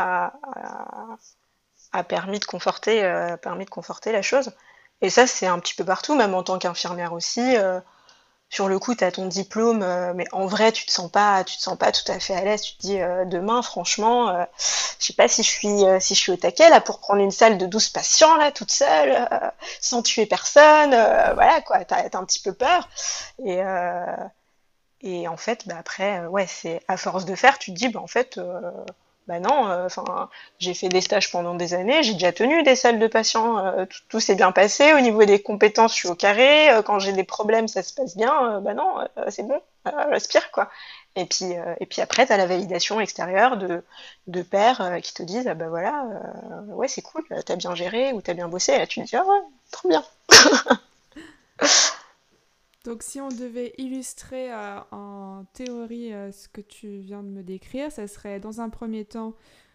S2: a permis de conforter la chose. Et ça, c'est un petit peu partout, même en tant qu'infirmière aussi. Sur le coup, tu as ton diplôme, mais en vrai, tu te sens pas tout à fait à l'aise. Tu te dis, demain, franchement, je sais pas si je suis au taquet là pour prendre une salle de 12 patients là, toute seule, sans tuer personne. Voilà quoi, t'as un petit peu peur. Et, euh, et en fait, après, ouais, c'est à force de faire, tu te dis, en fait, non, enfin, j'ai fait des stages pendant des années, j'ai déjà tenu des salles de patients, tout s'est bien passé. Au niveau des compétences, je suis au carré. Quand j'ai des problèmes, ça se passe bien. Non, c'est bon, respire quoi. Et puis après, tu as la validation extérieure de pairs qui te disent, ah voilà, ouais, c'est cool, t'as bien géré ou t'as bien bossé. Et là, tu te dis, ah ouais, trop bien.
S1: Donc si on devait illustrer en théorie ce que tu viens de me décrire, ça serait dans un premier temps,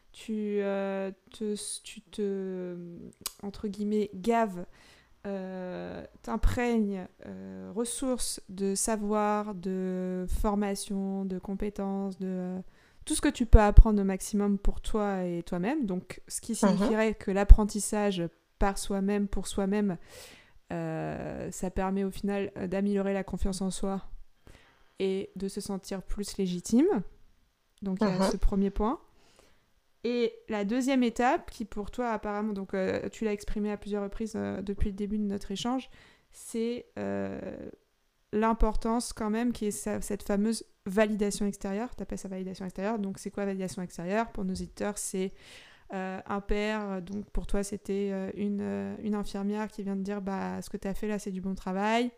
S1: tu te, entre guillemets, gaves, t'imprègnes ressources de savoir, de formation, de compétences, de tout ce que tu peux apprendre au maximum pour toi et toi-même. Donc ce qui
S2: Mhm,
S1: signifierait que l'apprentissage par soi-même, pour soi-même, ça permet au final d'améliorer la confiance en soi et de se sentir plus légitime. Donc il y a
S2: mhm,
S1: ce premier point. Et la deuxième étape, qui pour toi apparemment, donc tu l'as exprimé à plusieurs reprises depuis le début de notre échange, c'est l'importance quand même qui est cette fameuse validation extérieure. Tu appelles ça validation extérieure. Donc c'est quoi validation extérieure? Pour nos auditeurs, c'est un père, donc pour toi c'était une infirmière qui vient de dire ce que tu as fait là c'est du bon travail,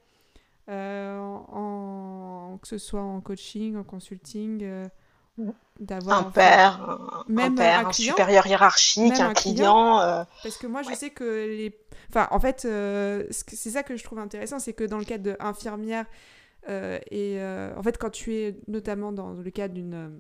S1: que ce soit en coaching, en consulting,
S2: mhm.
S1: d'avoir
S2: Un
S1: en fait
S2: père, un
S1: même
S2: père,
S1: un
S2: un
S1: client,
S2: supérieur hiérarchique,
S1: même
S2: un
S1: un client,
S2: client.
S1: parce que moi je
S2: Ouais.
S1: sais que Enfin en fait c'est ça que je trouve intéressant, c'est que dans le cadre d'infirmière en fait quand tu es notamment dans le cadre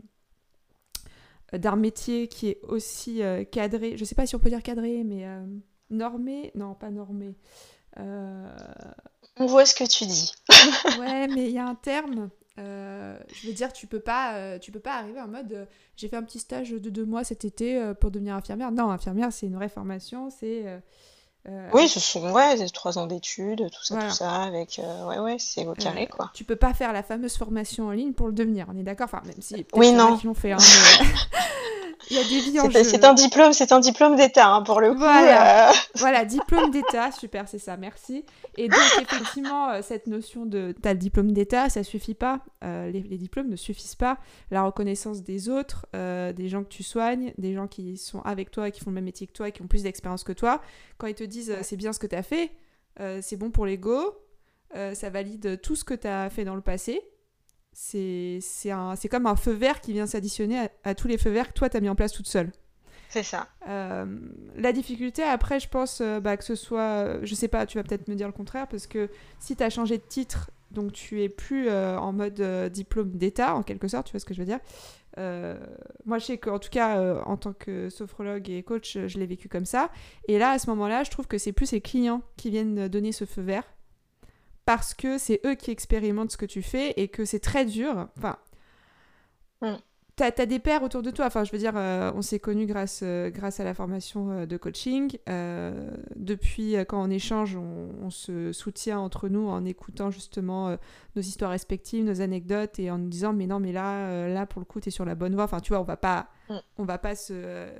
S1: d'un métier qui est aussi cadré, je sais pas si on peut dire cadré, mais normé, non pas normé. Euh,
S2: On voit ce que tu dis.
S1: ouais, mais il y a un terme. Je veux dire, tu peux pas arriver en mode j'ai fait un petit stage de 2 mois cet été pour devenir infirmière. Non, infirmière, c'est une vraie formation, c'est
S2: Oui, ce sont ouais, 3 ans d'études, tout
S1: voilà.
S2: ça, avec ouais, ouais, c'est au carré, quoi.
S1: Tu peux pas faire la fameuse formation en ligne pour le devenir, on est d'accord. Enfin, même si peut-être
S2: Oui,
S1: qu'il y en a
S2: non.
S1: qui l'ont fait, hein, mais Il y a des vies en
S2: C'est
S1: jeu.
S2: c'est un diplôme d'État, hein, pour le coup.
S1: Voilà, diplôme d'État, super, c'est ça, merci. Et donc, effectivement, cette notion de t'as le diplôme d'État, ça suffit pas. Les diplômes ne suffisent pas. La reconnaissance des autres, des gens que tu soignes, des gens qui sont avec toi, qui font le même métier que toi, qui ont plus d'expérience que toi, quand ils te disent c'est bien ce que t'as fait, c'est bon pour l'ego, ça valide tout ce que t'as fait dans le passé. C'est comme un feu vert qui vient s'additionner à tous les feux verts que toi t'as mis en place toute seule.
S2: C'est ça.
S1: La difficulté après, je pense que ce soit, je sais pas, tu vas peut-être me dire le contraire, parce que si t'as changé de titre, donc tu es plus en mode diplôme d'État en quelque sorte, tu vois ce que je veux dire. Moi je sais qu'en tout cas en tant que sophrologue et coach, je l'ai vécu comme ça, et là à ce moment-là je trouve que c'est plus les clients qui viennent donner ce feu vert, parce que c'est eux qui expérimentent ce que tu fais et que c'est très dur. Enfin, t'as des pairs autour de toi. Enfin, je veux dire, on s'est connus grâce à la formation de coaching. Depuis, quand on échange, on se soutient entre nous en écoutant justement nos histoires respectives, nos anecdotes, et en nous disant mais non, mais là pour le coup, t'es sur la bonne voie. Enfin, tu vois, on va pas se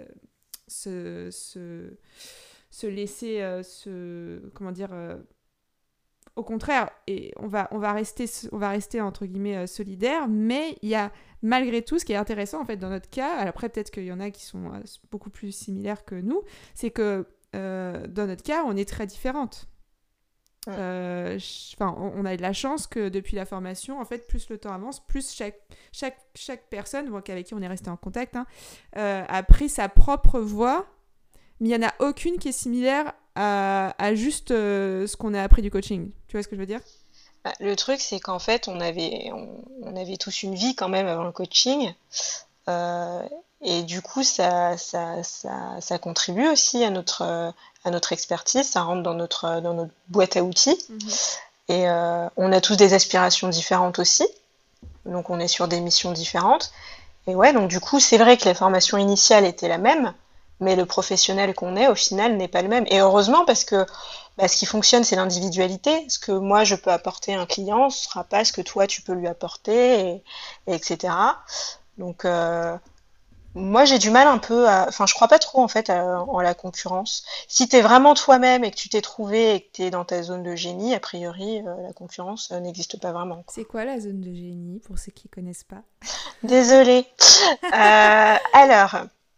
S1: laisser comment dire. Au contraire, et on va rester entre guillemets solidaires, mais il y a malgré tout ce qui est intéressant en fait dans notre cas. Après peut-être qu'il y en a qui sont beaucoup plus similaires que nous, c'est que dans notre cas on est très différentes. On a de la chance que depuis la formation, en fait, plus le temps avance, plus chaque personne, donc avec qui on est resté en contact, a pris sa propre voie, mais il n'y en a aucune qui est similaire à juste ce qu'on a appris du coaching. Tu vois ce que je veux dire?
S2: Le truc, c'est qu'en fait, on avait tous une vie quand même avant le coaching. euh, et du coup, ça contribue aussi à notre expertise. Ça rentre dans notre boîte à outils. Et on a tous des aspirations différentes aussi. Donc, on est sur des missions différentes. Et ouais, donc du coup, c'est vrai que la formation initiale était la même, mais le professionnel qu'on est, au final, n'est pas le même. Et heureusement, parce que ce qui fonctionne, c'est l'individualité. Ce que moi, je peux apporter à un client, ce sera pas ce que toi, tu peux lui apporter, et etc. Donc, moi, j'ai du mal un peu à... Enfin, je crois pas trop, en fait, en la concurrence. Si t'es vraiment toi-même et que tu t'es trouvé et que t'es dans ta zone de génie, a priori, la concurrence n'existe pas vraiment, quoi.
S1: C'est quoi la zone de génie, pour ceux qui connaissent pas?
S2: Désolée. Alors,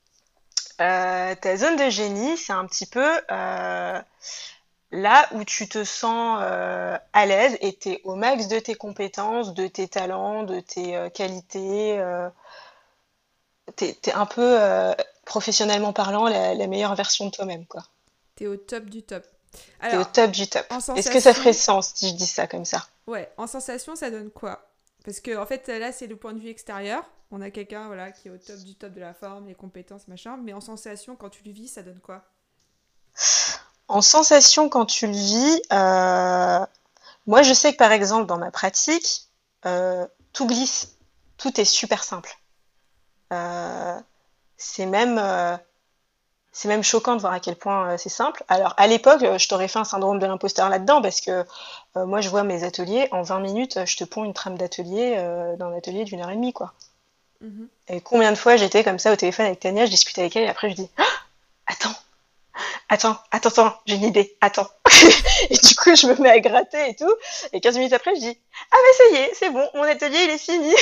S2: ta zone de génie, c'est un petit peu là où tu te sens à l'aise et tu es au max de tes compétences, de tes talents, de tes qualités. T'es un peu, professionnellement parlant, la meilleure version de toi-même, quoi.
S1: T'es au top du top.
S2: T'es au
S1: Alors,
S2: top du top.
S1: en
S2: Est-ce que ça ferait
S1: sensation,
S2: sens si je dis ça comme ça?
S1: ouais, en sensation, ça donne quoi? Parce que en fait, là, c'est le point de vue extérieur. On a quelqu'un, voilà, qui est au top du top de la forme, les compétences, machin. Mais en sensation, quand tu le vis, ça donne quoi?
S2: En sensation, quand tu le vis, moi je sais que par exemple dans ma pratique, tout glisse, tout est super simple. Euh, c'est même, euh, c'est même choquant de voir à quel point c'est simple. Alors à l'époque, je t'aurais fait un syndrome de l'imposteur là-dedans parce que moi je vois mes ateliers, en 20 minutes, je te ponds une trame d'atelier dans un atelier d'une heure et demie, quoi.
S1: Mhm.
S2: Et combien de fois j'étais comme ça au téléphone avec Tania, je discutais avec elle et après je dis ah, attends, attends, j'ai une idée, attends. Et du coup, je me mets à gratter et tout. Et 15 minutes après, je dis ah, mais ça y est, c'est bon, mon atelier, il est fini.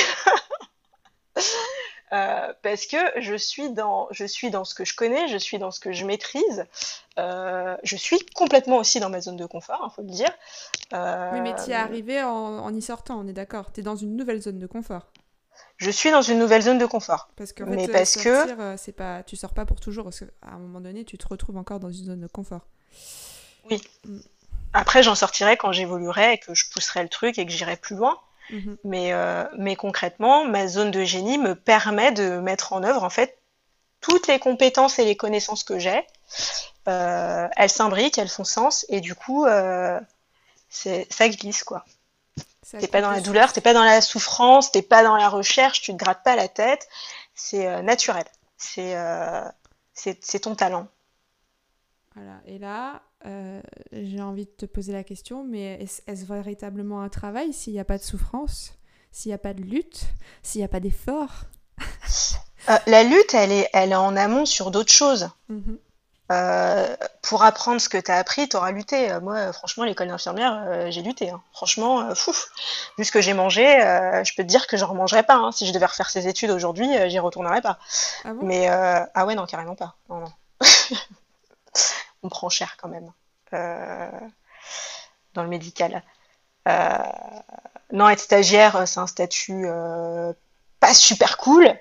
S2: Parce que je suis dans ce que je connais, je suis dans ce que je maîtrise. Je suis complètement aussi dans ma zone de confort, il faut le dire.
S1: Oui, mais t'y es
S2: Euh,
S1: arrivé en y sortant, on est d'accord. T'es dans une nouvelle zone de confort.
S2: je suis dans une nouvelle zone de confort.
S1: Parce qu'en
S2: Mais
S1: fait,
S2: parce que,
S1: sortir, c'est pas, tu sors pas pour toujours. Parce qu'à un moment donné, tu te retrouves encore dans une zone de confort.
S2: oui,
S1: Mm.
S2: après, j'en sortirai quand j'évoluerai et que je pousserai le truc et que j'irai plus loin.
S1: Mhm.
S2: Mais concrètement, ma zone de génie me permet de mettre en œuvre en fait toutes les compétences et les connaissances que j'ai. Elles s'imbriquent, elles font sens et du coup, ça glisse quoi.
S1: Ça
S2: T'es pas
S1: coule
S2: dans
S1: de
S2: la douleur, t'es
S1: source.
S2: pas dans la souffrance, t'es pas dans la recherche, tu te grattes pas la tête. C'est naturel. C'est ton talent.
S1: Voilà. Et là, j'ai envie de te poser la question, mais est-ce véritablement un travail s'il n'y a pas de souffrance, s'il n'y a pas de lutte, s'il n'y a pas d'effort?
S2: La lutte, elle est en amont sur d'autres choses.
S1: Mhm.
S2: Pour apprendre ce que tu as appris, tu auras lutté. Moi, franchement, l'école d'infirmière, j'ai lutté, hein. Franchement, vu ce que j'ai mangé, je peux te dire que j'en remangerais pas, hein. Si je devais refaire ces études aujourd'hui, j'y retournerais pas.
S1: Ah bon?
S2: Mais ah ouais, non, carrément pas. Non, non. On prend cher quand même euh, dans le médical. Euh, non, être stagiaire, c'est un statut pas super cool.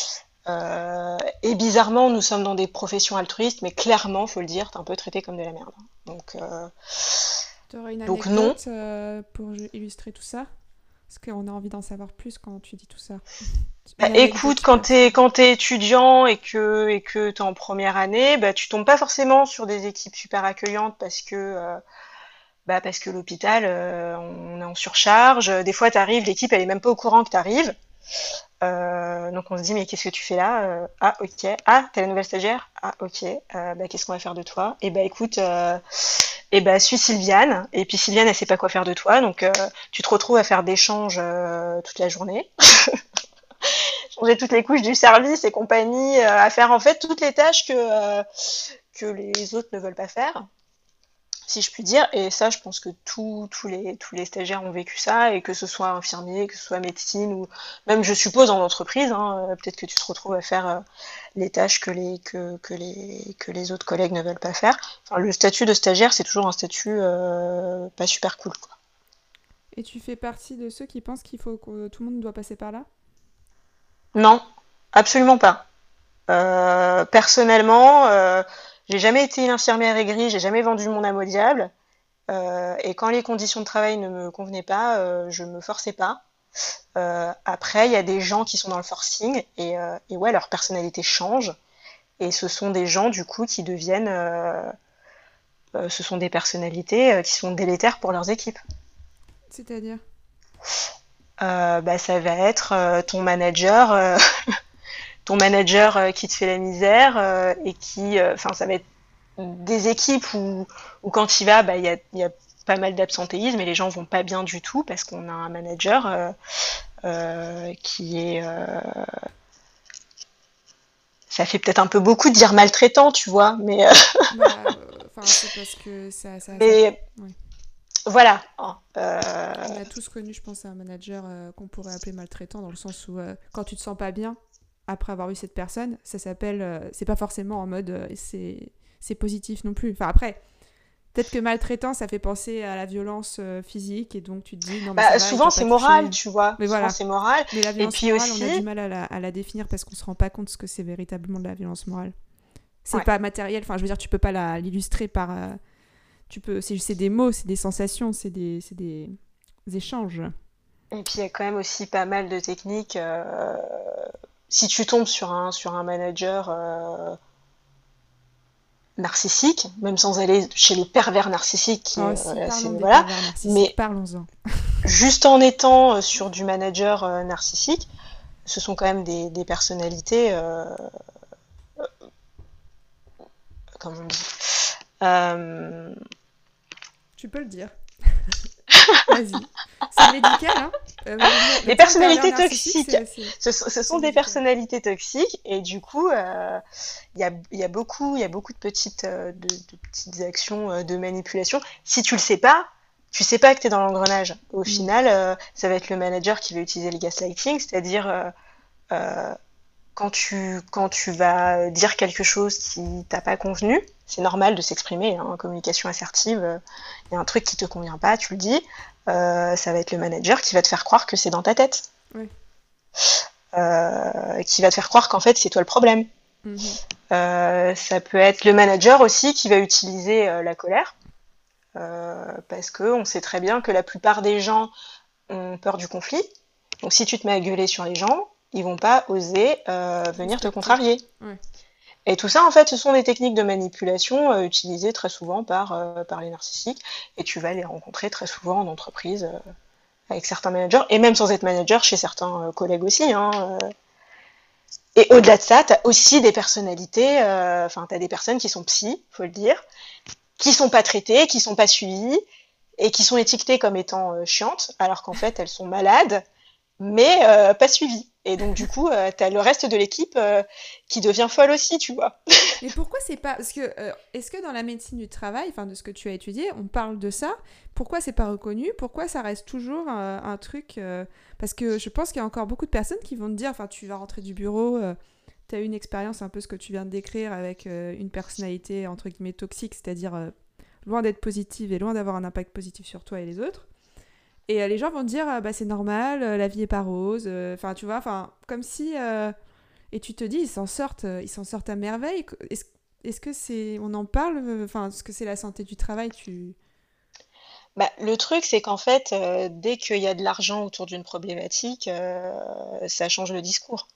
S2: Et bizarrement, nous sommes dans des professions altruistes, mais clairement, faut le dire, t'es un peu traité comme de la merde. Donc,
S1: Tu aurais une
S2: donc non.
S1: anecdote pour illustrer tout ça? Parce qu'on a envie d'en savoir plus quand tu dis tout ça.
S2: Bah,
S1: Une
S2: écoute,
S1: anecdote perso.
S2: quand t'es étudiant et que t'es en première année, bah, tu tombes pas forcément sur des équipes super accueillantes parce que l'hôpital, on est en surcharge. Des fois, t'arrives, l'équipe, elle est même pas au courant que t'arrives. Donc on se dit mais qu'est-ce que tu fais là? Ah ok. Ah t'es la nouvelle stagiaire? Ah ok. Bah qu'est-ce qu'on va faire de toi? Et bah écoute, et bah suis Sylviane. Et puis Sylviane elle sait pas quoi faire de toi, donc tu te retrouves à faire des changes toute la journée, changer toutes les couches du service et compagnie, à faire en fait toutes les tâches que les autres ne veulent pas faire, si je puis dire. Et ça, je pense que tous les stagiaires ont vécu ça, et que ce soit infirmier, que ce soit médecine, ou même, je suppose, en entreprise, hein, peut-être que tu te retrouves à faire les tâches que les autres collègues ne veulent pas faire. Enfin, le statut de stagiaire, c'est toujours un statut pas super cool, quoi.
S1: Et tu fais partie de ceux qui pensent qu'il faut que tout le monde doit passer par là?
S2: Non, absolument pas. Personnellement, j'ai jamais été une infirmière aigrie, j'ai jamais vendu mon âme au diable. Et quand les conditions de travail ne me convenaient pas, je me forçais pas. Après, il y a des gens qui sont dans le forcing, et ouais, leur personnalité change. Et ce sont des gens, du coup, qui deviennent. Ce sont des personnalités qui sont délétères pour leurs équipes.
S1: C'est-à-dire?
S2: Bah, ça va être ton manager qui te fait la misère, et qui. Enfin, ça va être des équipes où quand il va, bah, il y a pas mal d'absentéisme et les gens vont pas bien du tout parce qu'on a un manager qui est. Ça fait peut-être un peu beaucoup de dire maltraitant, tu vois, mais,
S1: Bah, enfin, c'est parce que ça.
S2: mais
S1: Ouais.
S2: voilà, hein.
S1: On a tous connu, je pense, un manager qu'on pourrait appeler maltraitant, dans le sens où quand tu te sens pas bien après avoir eu cette personne, ça s'appelle. C'est pas forcément en mode c'est positif non plus. Enfin, après, peut-être que maltraitant, ça fait penser à la violence physique, et donc tu te dis non, mais ça
S2: Bah,
S1: va, il
S2: souvent
S1: t'a pas
S2: c'est moral,
S1: touché.
S2: tu vois.
S1: Mais
S2: Souvent
S1: voilà.
S2: c'est moral.
S1: Mais la
S2: Et
S1: violence
S2: puis
S1: morale, on a du
S2: aussi,
S1: mal à la définir parce qu'on se rend pas compte ce que c'est véritablement de la violence morale. C'est
S2: ouais.
S1: pas matériel, enfin, je veux dire, tu peux pas l'illustrer par. C'est des mots, c'est des sensations, c'est des échanges.
S2: Et puis il y a quand même aussi pas mal de techniques. Si tu tombes sur un manager narcissique, même sans aller chez le pervers narcissique,
S1: Oh, si, parlons des
S2: voilà,
S1: pervers narcissiques,
S2: mais
S1: parlons-en.
S2: juste en étant sur du manager narcissique, ce sont quand même des personnalités, comment on dit, euh,
S1: Tu peux le dire. Vas-y. C'est médical, hein. Le
S2: des
S1: terme pervers
S2: personnalités
S1: narcissique,
S2: toxiques. Ce
S1: c'est
S2: sont des
S1: médical.
S2: personnalités toxiques, et du coup, il y a beaucoup de petites actions de manipulation. Si tu sais pas que tu es dans l'engrenage. Au
S1: Mm.
S2: final, ça va être le manager qui va utiliser le gaslighting, c'est-à-dire euh, quand tu vas dire quelque chose qui t'a pas convenu, c'est normal de s'exprimer, hein, en communication assertive. Il y a un truc qui te convient pas, tu le dis. Ça va être le manager qui va te faire croire que c'est dans ta tête,
S1: Ouais.
S2: qui va te faire croire qu'en fait c'est toi le problème.
S1: Mhm.
S2: Ça peut être le manager aussi qui va utiliser la colère, parce que on sait très bien que la plupart des gens ont peur du conflit. Donc si tu te mets à gueuler sur les gens, ils vont pas oser venir te
S1: Respecter.
S2: contrarier.
S1: Ouais.
S2: Et tout ça, en fait, ce sont des techniques de manipulation utilisées très souvent par les narcissiques, et tu vas les rencontrer très souvent en entreprise avec certains managers, et même sans être manager, chez certains collègues aussi, hein. Et au-delà de ça, tu as aussi des personnalités, enfin, tu as des personnes qui sont psy, faut le dire, qui sont pas traitées, qui sont pas suivies, et qui sont étiquetées comme étant chiantes, alors qu'en fait, elles sont malades, mais pas suivi. Et donc, du coup, tu as le reste de l'équipe qui devient folle aussi, tu vois.
S1: Mais pourquoi c'est pas... Parce que, est-ce que dans la médecine du travail, enfin de ce que tu as étudié, on parle de ça? Pourquoi c'est pas reconnu? Pourquoi ça reste toujours un truc Parce que je pense qu'il y a encore beaucoup de personnes qui vont te dire, enfin tu vas rentrer du bureau, tu as eu une expérience un peu ce que tu viens de décrire avec une personnalité entre guillemets toxique, c'est-à-dire loin d'être positive et loin d'avoir un impact positif sur toi et les autres. Et les gens vont te dire, bah c'est normal, la vie est pas rose, enfin tu vois, enfin comme si... et tu te dis, ils s'en sortent à merveille. Est-ce que c'est, on en parle, enfin, est-ce que c'est la santé du travail, tu...
S2: Bah, le truc, c'est qu'en fait, dès qu'il y a de l'argent autour d'une problématique, ça change le discours.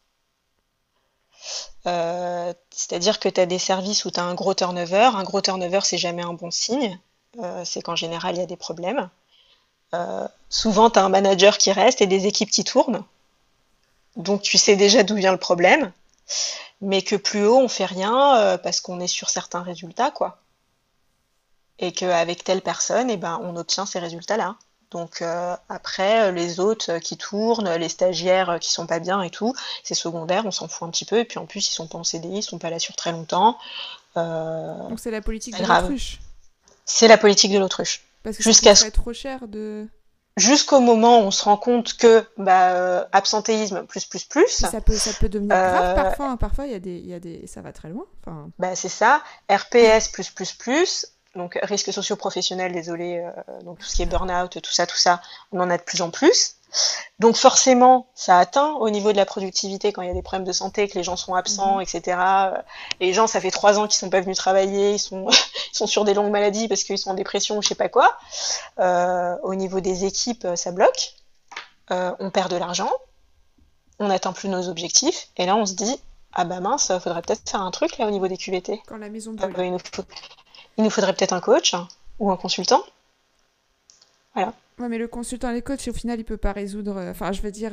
S2: C'est-à-dire que tu as des services où tu as un gros turnover. Un gros turnover, c'est jamais un bon signe. C'est qu'en général, il y a des problèmes. Souvent, tu as un manager qui reste et des équipes qui tournent. Donc, tu sais déjà d'où vient le problème. Mais que plus haut, on fait rien parce qu'on est sur certains résultats, quoi. Et qu'avec telle personne, eh ben, on obtient ces résultats-là. Donc après, les autres qui tournent, les stagiaires qui sont pas bien et tout, c'est secondaire, on s'en fout un petit peu. Et puis en plus, ils sont pas en CDI, ils sont pas là sur très longtemps.
S1: Donc c'est la
S2: C'est
S1: politique
S2: pas
S1: de
S2: grave.
S1: l'autruche.
S2: C'est la politique de l'autruche.
S1: Parce que ça
S2: Jusqu'à
S1: coûterait trop cher de...
S2: jusqu'au moment où on se rend compte que bah, absentéisme plus,
S1: Puis ça peut devenir grave
S2: euh,
S1: parfois, hein. Parfois, il y a des... ça va très loin. Enfin,
S2: bah, c'est ça, RPS donc risques socio-professionnels, désolé, donc tout ce qui est burn-out, tout ça, on en a de plus en plus. Donc forcément, ça atteint au niveau de la productivité quand il y a des problèmes de santé, que les gens sont absents,
S1: mhm.
S2: etc. Les gens, ça fait 3 ans qu'ils sont pas venus travailler, ils sont, ils sont sur des longues maladies parce qu'ils sont en dépression ou je sais pas quoi. Au niveau des équipes, ça bloque. On perd de l'argent, on n'atteint plus nos objectifs, et là on se dit, ah bah mince, faudrait peut-être faire un truc là au niveau des QVT.
S1: Quand la maison
S2: Euh,
S1: brûle.
S2: il, nous faut- il nous faudrait peut-être un coach ou un consultant. Voilà.
S1: Ouais, mais le consultant et les coachs, au final, il peut pas résoudre... Enfin, je veux dire,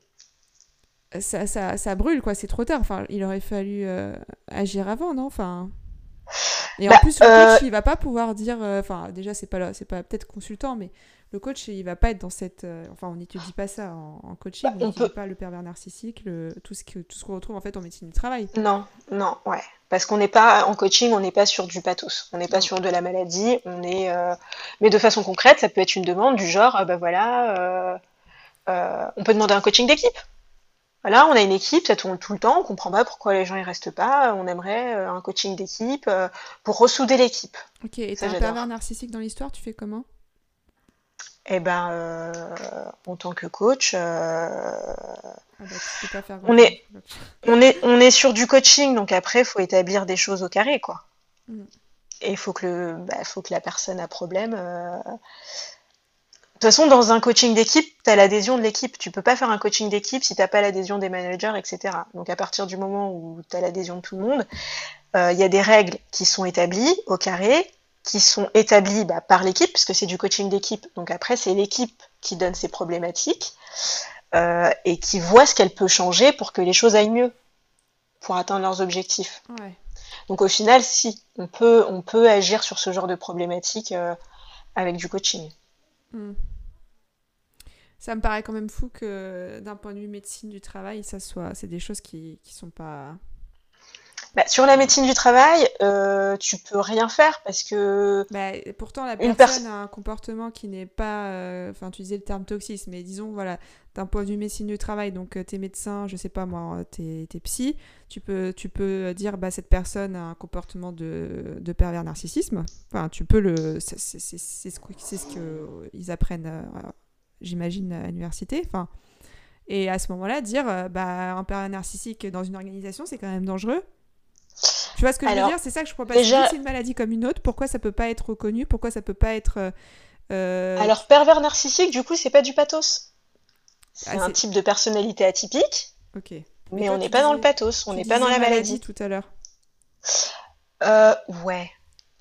S1: ça brûle, quoi. C'est trop tard. Enfin, il aurait fallu agir avant, non? Enfin... Et en
S2: Bah,
S1: plus, le coach, il va pas pouvoir dire. Enfin, déjà, c'est pas peut-être consultant, mais le coach, il va pas être dans cette. Enfin, on n'étudie pas ça en coaching,
S2: bah,
S1: on
S2: on
S1: n'étudie
S2: peut.
S1: pas le pervers narcissique, tout ce qu'on retrouve en fait en médecine du travail.
S2: Non, non, ouais. Parce qu'on n'est pas en coaching, on n'est pas sur du pathos. On n'est pas
S1: Non.
S2: sur de la maladie. On est. Mais de façon concrète, ça peut être une demande du genre, bah voilà, on peut demander un coaching d'équipe. Voilà, on a une équipe, ça tourne tout le temps, on comprend pas pourquoi les gens y restent pas. On aimerait un coaching d'équipe pour ressouder l'équipe.
S1: Ok, et
S2: Ça,
S1: t'as un pervers
S2: j'adore.
S1: narcissique dans l'histoire, tu fais comment?
S2: Eh ben, en tant que coach,
S1: Ah bah, tu peux pas faire
S2: on
S1: grand-chose.
S2: est, on est sur du coaching, donc après, il faut établir des choses au carré, quoi.
S1: Mm.
S2: Et il faut que la personne a problème. De toute façon, dans un coaching d'équipe, tu as l'adhésion de l'équipe. Tu peux pas faire un coaching d'équipe si t'as pas l'adhésion des managers, etc. Donc à partir du moment où tu as l'adhésion de tout le monde, il y a des règles qui sont établies au carré, qui sont établies bah, par l'équipe, puisque c'est du coaching d'équipe. Donc après, c'est l'équipe qui donne ses problématiques et qui voit ce qu'elle peut changer pour que les choses aillent mieux, pour atteindre leurs objectifs.
S1: Ouais.
S2: Donc au final, si, on peut agir sur ce genre de problématiques avec du coaching.
S1: Mm. Ça me paraît quand même fou que d'un point de vue médecine du travail, c'est des choses qui sont pas...
S2: Bah, sur la médecine du travail, tu peux rien faire parce que
S1: Bah, pourtant, la
S2: une
S1: personne
S2: personne.
S1: a un comportement qui n'est pas... Enfin, tu disais le terme toxique, mais disons, voilà, d'un point de vue médecine du travail, donc t'es médecin, je sais pas moi, t'es psy, tu peux dire, bah, cette personne a un comportement de pervers narcissisme. Enfin, tu peux le... C'est ce qu'ils apprennent, j'imagine, à l'université. Enfin, et à ce moment-là, dire, bah, un pervers narcissique dans une organisation, c'est quand même dangereux. Tu vois ce que je veux dire?
S2: Alors,
S1: C'est ça que je comprends pas. Vu que
S2: déjà,
S1: c'est une maladie comme une autre, pourquoi ça peut pas être reconnu? Pourquoi ça peut pas être...
S2: alors pervers narcissique, du coup, c'est pas du pathos. C'est
S1: Ah,
S2: un
S1: c'est...
S2: type de personnalité atypique,
S1: Ok. Mais
S2: mais on
S1: toi,
S2: n'est pas dans le pathos, on
S1: tu
S2: n'est pas dans
S1: disais
S2: la
S1: maladie
S2: maladie.
S1: tout à l'heure.
S2: Ouais.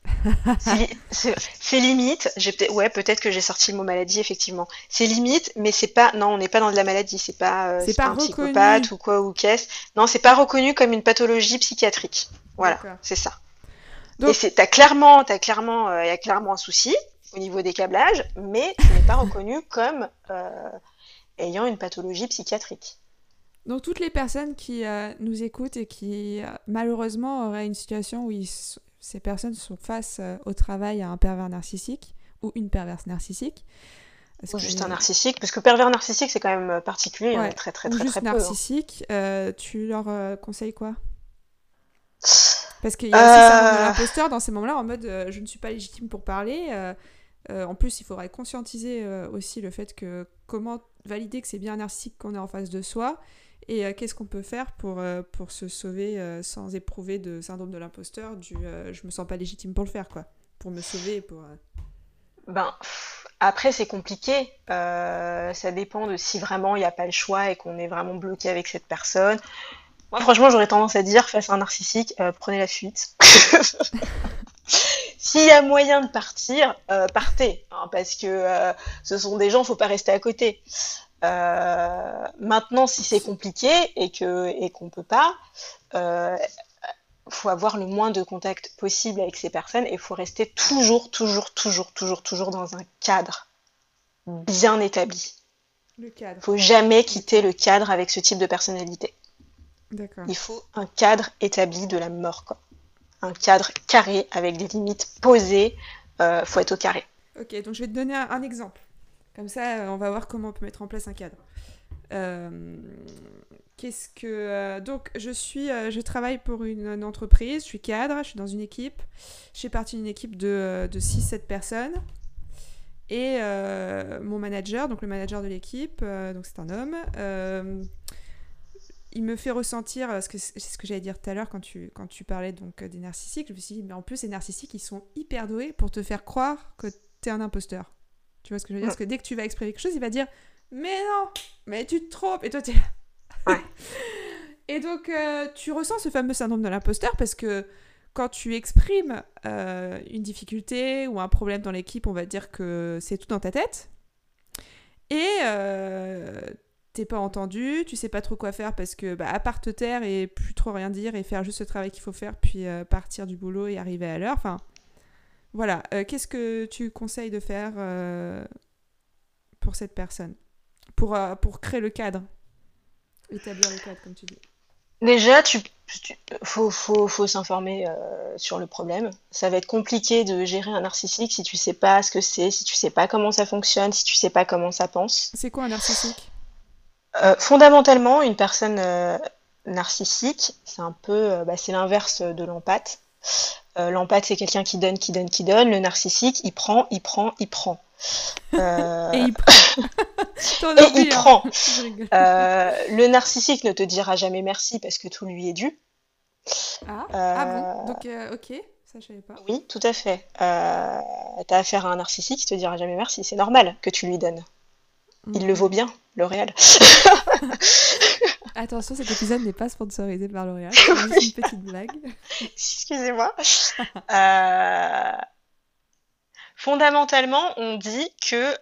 S2: C'est limite. Ouais, peut-être que j'ai sorti le mot maladie, effectivement. C'est limite, mais c'est pas. Non, on n'est pas dans de la maladie.
S1: C'est
S2: C'est pas
S1: pas
S2: un
S1: reconnu.
S2: psychopathe ou quoi ou qu'est-ce. Non, c'est pas reconnu comme une pathologie psychiatrique. Voilà,
S1: D'accord.
S2: c'est ça. Et
S1: Donc,
S2: il y a clairement un souci au niveau des câblages, mais ce n'est pas reconnu comme ayant une pathologie psychiatrique.
S1: Donc toutes les personnes qui nous écoutent et qui malheureusement auraient une situation où ces personnes sont face au travail à un pervers narcissique ou une perverse narcissique.
S2: Ou juste un narcissique, parce que pervers narcissique c'est quand même particulier, il y en a très très
S1: ou
S2: très
S1: juste
S2: très peu.
S1: Narcissique, tu leur conseilles quoi? Parce qu'il y a aussi le syndrome de l'imposteur dans ces moments-là, en mode je ne suis pas légitime pour parler. En plus, il faudrait conscientiser aussi le fait que comment valider que c'est bien un narcissique qu'on est en face de soi et qu'est-ce qu'on peut faire pour se sauver sans éprouver de syndrome de l'imposteur, je me sens pas légitime pour le faire, quoi. Pour me sauver et pour.
S2: Ben, après, c'est compliqué. Ça dépend de si vraiment il n'y a pas le choix et qu'on est vraiment bloqué avec cette personne. Moi, franchement, j'aurais tendance à dire, face à un narcissique, prenez la fuite. S'il y a moyen de partir, partez, hein, parce que ce sont des gens, faut pas rester à côté. Maintenant, si c'est compliqué et qu'on peut pas, euh, faut avoir le moins de contact possible avec ces personnes et faut rester toujours dans un cadre bien établi.
S1: Le cadre.
S2: Faut jamais quitter le cadre avec ce type de personnalité.
S1: D'accord.
S2: Il faut un cadre établi de la mort, quoi. Un cadre carré avec des limites posées. Faut être au carré.
S1: Ok, donc je vais te donner un exemple. Comme ça, on va voir comment on peut mettre en place un cadre. Donc, je travaille pour une entreprise, je suis cadre, je suis dans une équipe. Je fais partie d'une équipe de 6-7 personnes. Et mon manager, donc le manager de l'équipe, donc c'est un homme, il me fait ressentir, c'est ce que j'allais dire tout à l'heure quand tu parlais donc, des narcissiques. Je me suis dit, mais en plus, les narcissiques, ils sont hyper doués pour te faire croire que t'es un imposteur. Tu vois ce que je veux dire? Parce que dès que tu vas exprimer quelque chose, il va dire, mais non, mais tu te trompes. Et toi, t'es là.
S2: Ouais.
S1: Et donc, tu ressens ce fameux syndrome de l'imposteur parce que quand tu exprimes une difficulté ou un problème dans l'équipe, on va dire que c'est tout dans ta tête. Et t'es pas entendu, tu sais pas trop quoi faire parce que, à part te taire et plus trop rien dire et faire juste le travail qu'il faut faire, puis partir du boulot et arriver à l'heure. Enfin, voilà. Qu'est-ce que tu conseilles de faire pour cette personne pour créer le cadre, établir le cadre, comme tu dis.
S2: Déjà, faut s'informer sur le problème. Ça va être compliqué de gérer un narcissique si tu sais pas ce que c'est, si tu sais pas comment ça fonctionne, si tu sais pas comment ça pense.
S1: C'est quoi un narcissique?
S2: Fondamentalement, une personne narcissique, c'est un peu, c'est l'inverse de l'empathe. L'empathe, c'est quelqu'un qui donne, qui donne, qui donne. Le narcissique, il prend, il prend, il prend.
S1: Et il prend.
S2: Et il prend. Le narcissique ne te dira jamais merci parce que tout lui est dû.
S1: Ah bon? Donc, ok, ça je savais pas.
S2: Oui, tout à fait. T'as affaire à un narcissique, il te dira jamais merci. C'est normal que tu lui donnes. Il le vaut bien, L'Oréal.
S1: Attention, cet épisode n'est pas sponsorisé par L'Oréal. C'est juste une petite blague.
S2: Excusez-moi. Fondamentalement, on dit que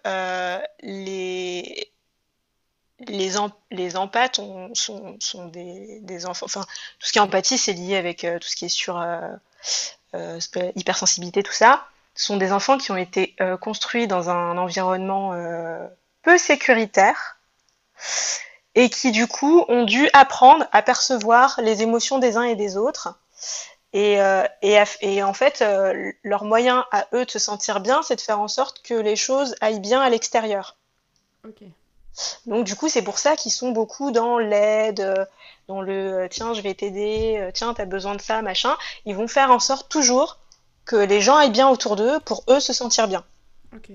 S2: les empathes sont des enfants. Enfin, tout ce qui est empathie, c'est lié avec tout ce qui est sur hypersensibilité, tout ça. Ce sont des enfants qui ont été construits dans un environnement peu sécuritaire et qui, du coup, ont dû apprendre à percevoir les émotions des uns et des autres. Et en fait, leur moyen à eux de se sentir bien, c'est de faire en sorte que les choses aillent bien à l'extérieur.
S1: Ok.
S2: Donc du coup, c'est pour ça qu'ils sont beaucoup dans l'aide, dans le tiens, je vais t'aider, tiens, t'as besoin de ça, machin. Ils vont faire en sorte toujours que les gens aillent bien autour d'eux pour eux se sentir bien.
S1: Ok.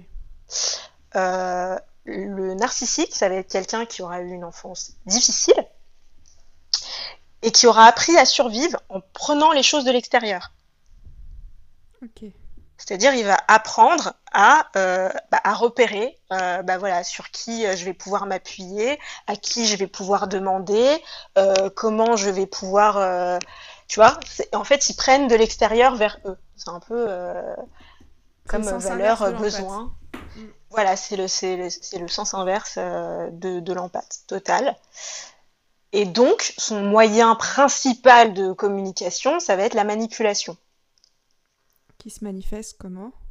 S2: Le narcissique, ça va être quelqu'un qui aura eu une enfance difficile et qui aura appris à survivre en prenant les choses de l'extérieur.
S1: Ok.
S2: C'est-à-dire, il va apprendre à repérer, voilà, sur qui je vais pouvoir m'appuyer, à qui je vais pouvoir demander, comment je vais pouvoir, tu vois. En fait, ils prennent de l'extérieur vers eux. C'est un peu comme valeur besoin. Voilà, c'est le sens inverse de l'empathe totale. Et donc, son moyen principal de communication, ça va être la manipulation.
S1: Qui se manifeste comment?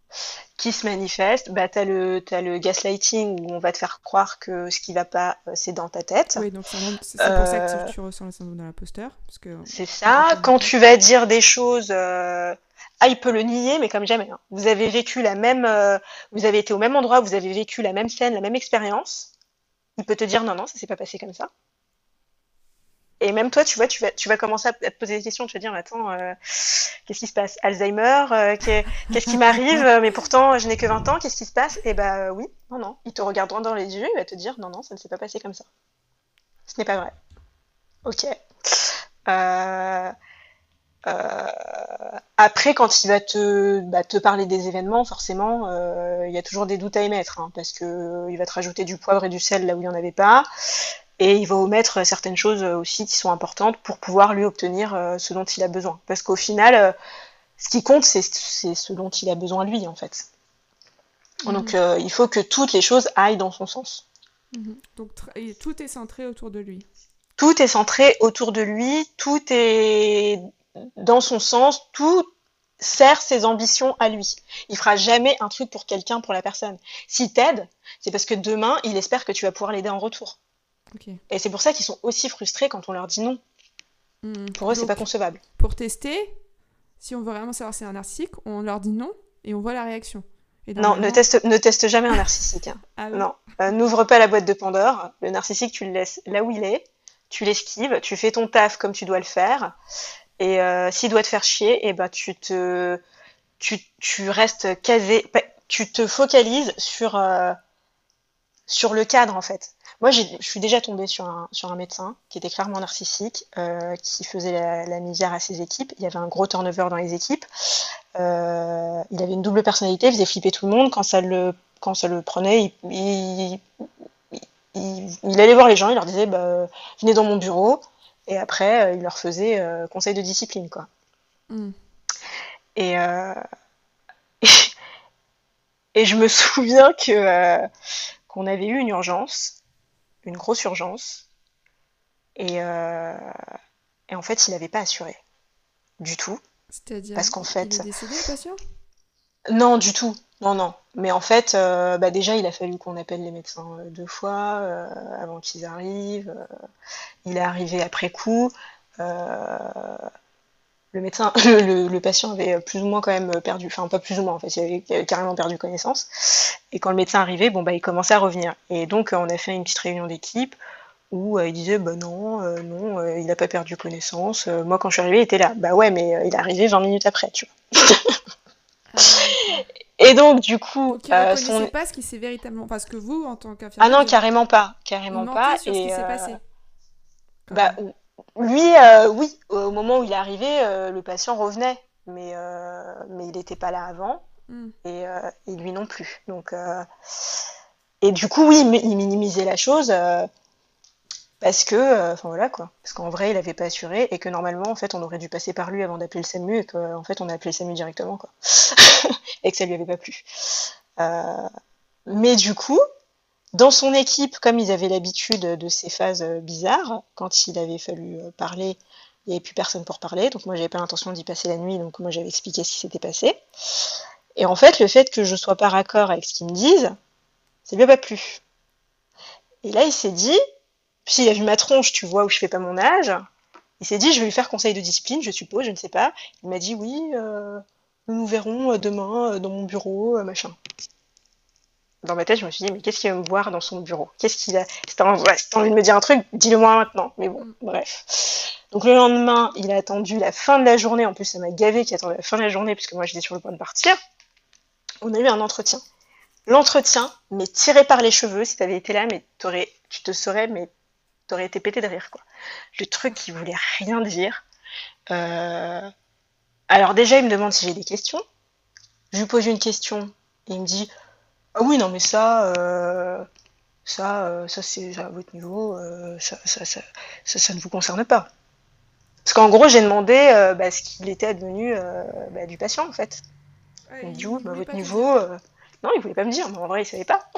S2: qui se manifeste. Bah, t'as le gaslighting où on va te faire croire que ce qui va pas, c'est dans ta tête.
S1: Oui, donc c'est pour ça que tu ressens le syndrome de l'imposteur. Parce que
S2: C'est ça. Quand tu vas dire des choses, il peut le nier, mais comme jamais. Hein. Vous avez vécu vous avez été au même endroit, vous avez vécu la même scène, la même expérience. Il peut te dire non, non, ça s'est pas passé comme ça. Et même toi, tu vois, tu vas commencer à te poser des questions. Tu vas dire, mais attends, qu'est-ce qui se passe? Alzheimer? Qu'est-ce qui m'arrive? Mais pourtant, je n'ai que 20 ans. Qu'est-ce qui se passe? Et bah oui, non, non. Il te regarde droit dans les yeux. Il va te dire, non, non, ça ne s'est pas passé comme ça. Ce n'est pas vrai. Ok. Euh, euh, Après, quand il va te parler des événements, forcément, il y a toujours des doutes à émettre, hein, parce que il va te rajouter du poivre et du sel là où il n'y en avait pas. Et il va omettre certaines choses aussi qui sont importantes pour pouvoir lui obtenir ce dont il a besoin. Parce qu'au final, ce qui compte, c'est ce dont il a besoin lui, en fait. Donc il faut que toutes les choses aillent dans son sens.
S1: Donc tout est centré autour de lui.
S2: Tout est centré autour de lui, tout est dans son sens, tout sert ses ambitions à lui. Il fera jamais un truc pour quelqu'un, pour la personne. S'il t'aide, c'est parce que demain, il espère que tu vas pouvoir l'aider en retour.
S1: Ok.
S2: Et c'est pour ça qu'ils sont aussi frustrés quand on leur dit non. Pour eux, c'est pas concevable.
S1: Pour tester, si on veut vraiment savoir si c'est un narcissique, on leur dit non et on voit la réaction. Et
S2: Non, ne teste jamais un narcissique. Hein.
S1: Ah oui.
S2: Non, n'ouvre pas la boîte de Pandore. Le narcissique, tu le laisses là où il est, tu l'esquives, tu fais ton taf comme tu dois le faire. Et s'il doit te faire chier, et ben tu restes casé, tu te focalises sur le cadre en fait. Moi, je suis déjà tombée sur un médecin qui était clairement narcissique, qui faisait la misère à ses équipes. Il y avait un gros turnover dans les équipes. Il avait une double personnalité, il faisait flipper tout le monde. Quand ça le prenait, il allait voir les gens, il leur disait bah, venez dans mon bureau. Et après, il leur faisait conseil de discipline, quoi. Et, et je me souviens qu'on avait eu une urgence, une grosse urgence, et en fait, il n'avait pas assuré du tout.
S1: C'est-à-dire,
S2: parce qu'en fait,
S1: il est décédé, le patient?
S2: Non, du tout. Non, non. Mais en fait, bah déjà, il a fallu qu'on appelle les médecins 2 fois avant qu'ils arrivent. Il est arrivé après coup. Euh, le médecin, le patient avait plus ou moins quand même perdu, enfin pas plus ou moins en fait, il avait carrément perdu connaissance. Et quand le médecin arrivait, bon bah il commençait à revenir. Et donc on a fait une petite réunion d'équipe où il disait bah non, non, il n'a pas perdu connaissance. Moi quand je suis arrivée, il était là. Bah ouais, mais il est arrivé 20 minutes après, tu vois. Et donc du coup,
S1: donc il reconnaissait pas ce qui s'est véritablement, parce que vous en tant qu'infirmière,
S2: ah non, carrément pas,
S1: il
S2: carrément
S1: mentait
S2: pas.
S1: sur ce qui s'est passé.
S2: Bah lui, oui, au moment où il est arrivé, le patient revenait, mais il n'était pas là avant, et lui non plus. Donc et du coup, oui, il minimisait la chose parce que, enfin voilà quoi, parce qu'en vrai, il avait pas assuré et que normalement, en fait, on aurait dû passer par lui avant d'appeler le SAMU et qu'en fait, on a appelé le SAMU directement quoi, et que ça lui avait pas plu. Mais du coup. Dans son équipe, comme ils avaient l'habitude de ces phases bizarres, quand il avait fallu parler, il n'y avait plus personne pour parler. Donc moi, j'avais pas l'intention d'y passer la nuit, donc moi, j'avais expliqué ce qui s'était passé. Et en fait, le fait que je sois pas raccord avec ce qu'ils me disent, ça lui a pas plu. Et là, il s'est dit, puis il a vu ma tronche, tu vois, où je fais pas mon âge, il s'est dit, je vais lui faire conseil de discipline, je suppose, je ne sais pas. Il m'a dit, oui, nous nous verrons demain dans mon bureau, machin. Dans ma tête, je me suis dit, mais qu'est-ce qu'il va me voir dans son bureau? Qu'est-ce qu'il a? Si t'as envie de me dire un truc, dis-le-moi maintenant. Mais bon, bref. Donc le lendemain, il a attendu la fin de la journée. En plus, ça m'a gavé qu'il attendait la fin de la journée, puisque moi, j'étais sur le point de partir. On a eu un entretien. L'entretien, mais tiré par les cheveux, si t'avais été là, mais tu te serais, mais t'aurais été pété de rire, quoi. Le truc qui voulait rien dire. Alors déjà, il me demande si j'ai des questions. Je lui pose une question, et il me dit, ah oui, non, mais ça c'est à votre niveau, ça ne vous concerne pas. Parce qu'en gros, j'ai demandé ce qu'il était advenu du patient, en fait.
S1: Ouais,
S2: Il me dit, oui,
S1: voulait
S2: votre
S1: pas te
S2: niveau...
S1: dire.
S2: Non, il voulait pas me dire, mais en vrai, il savait pas.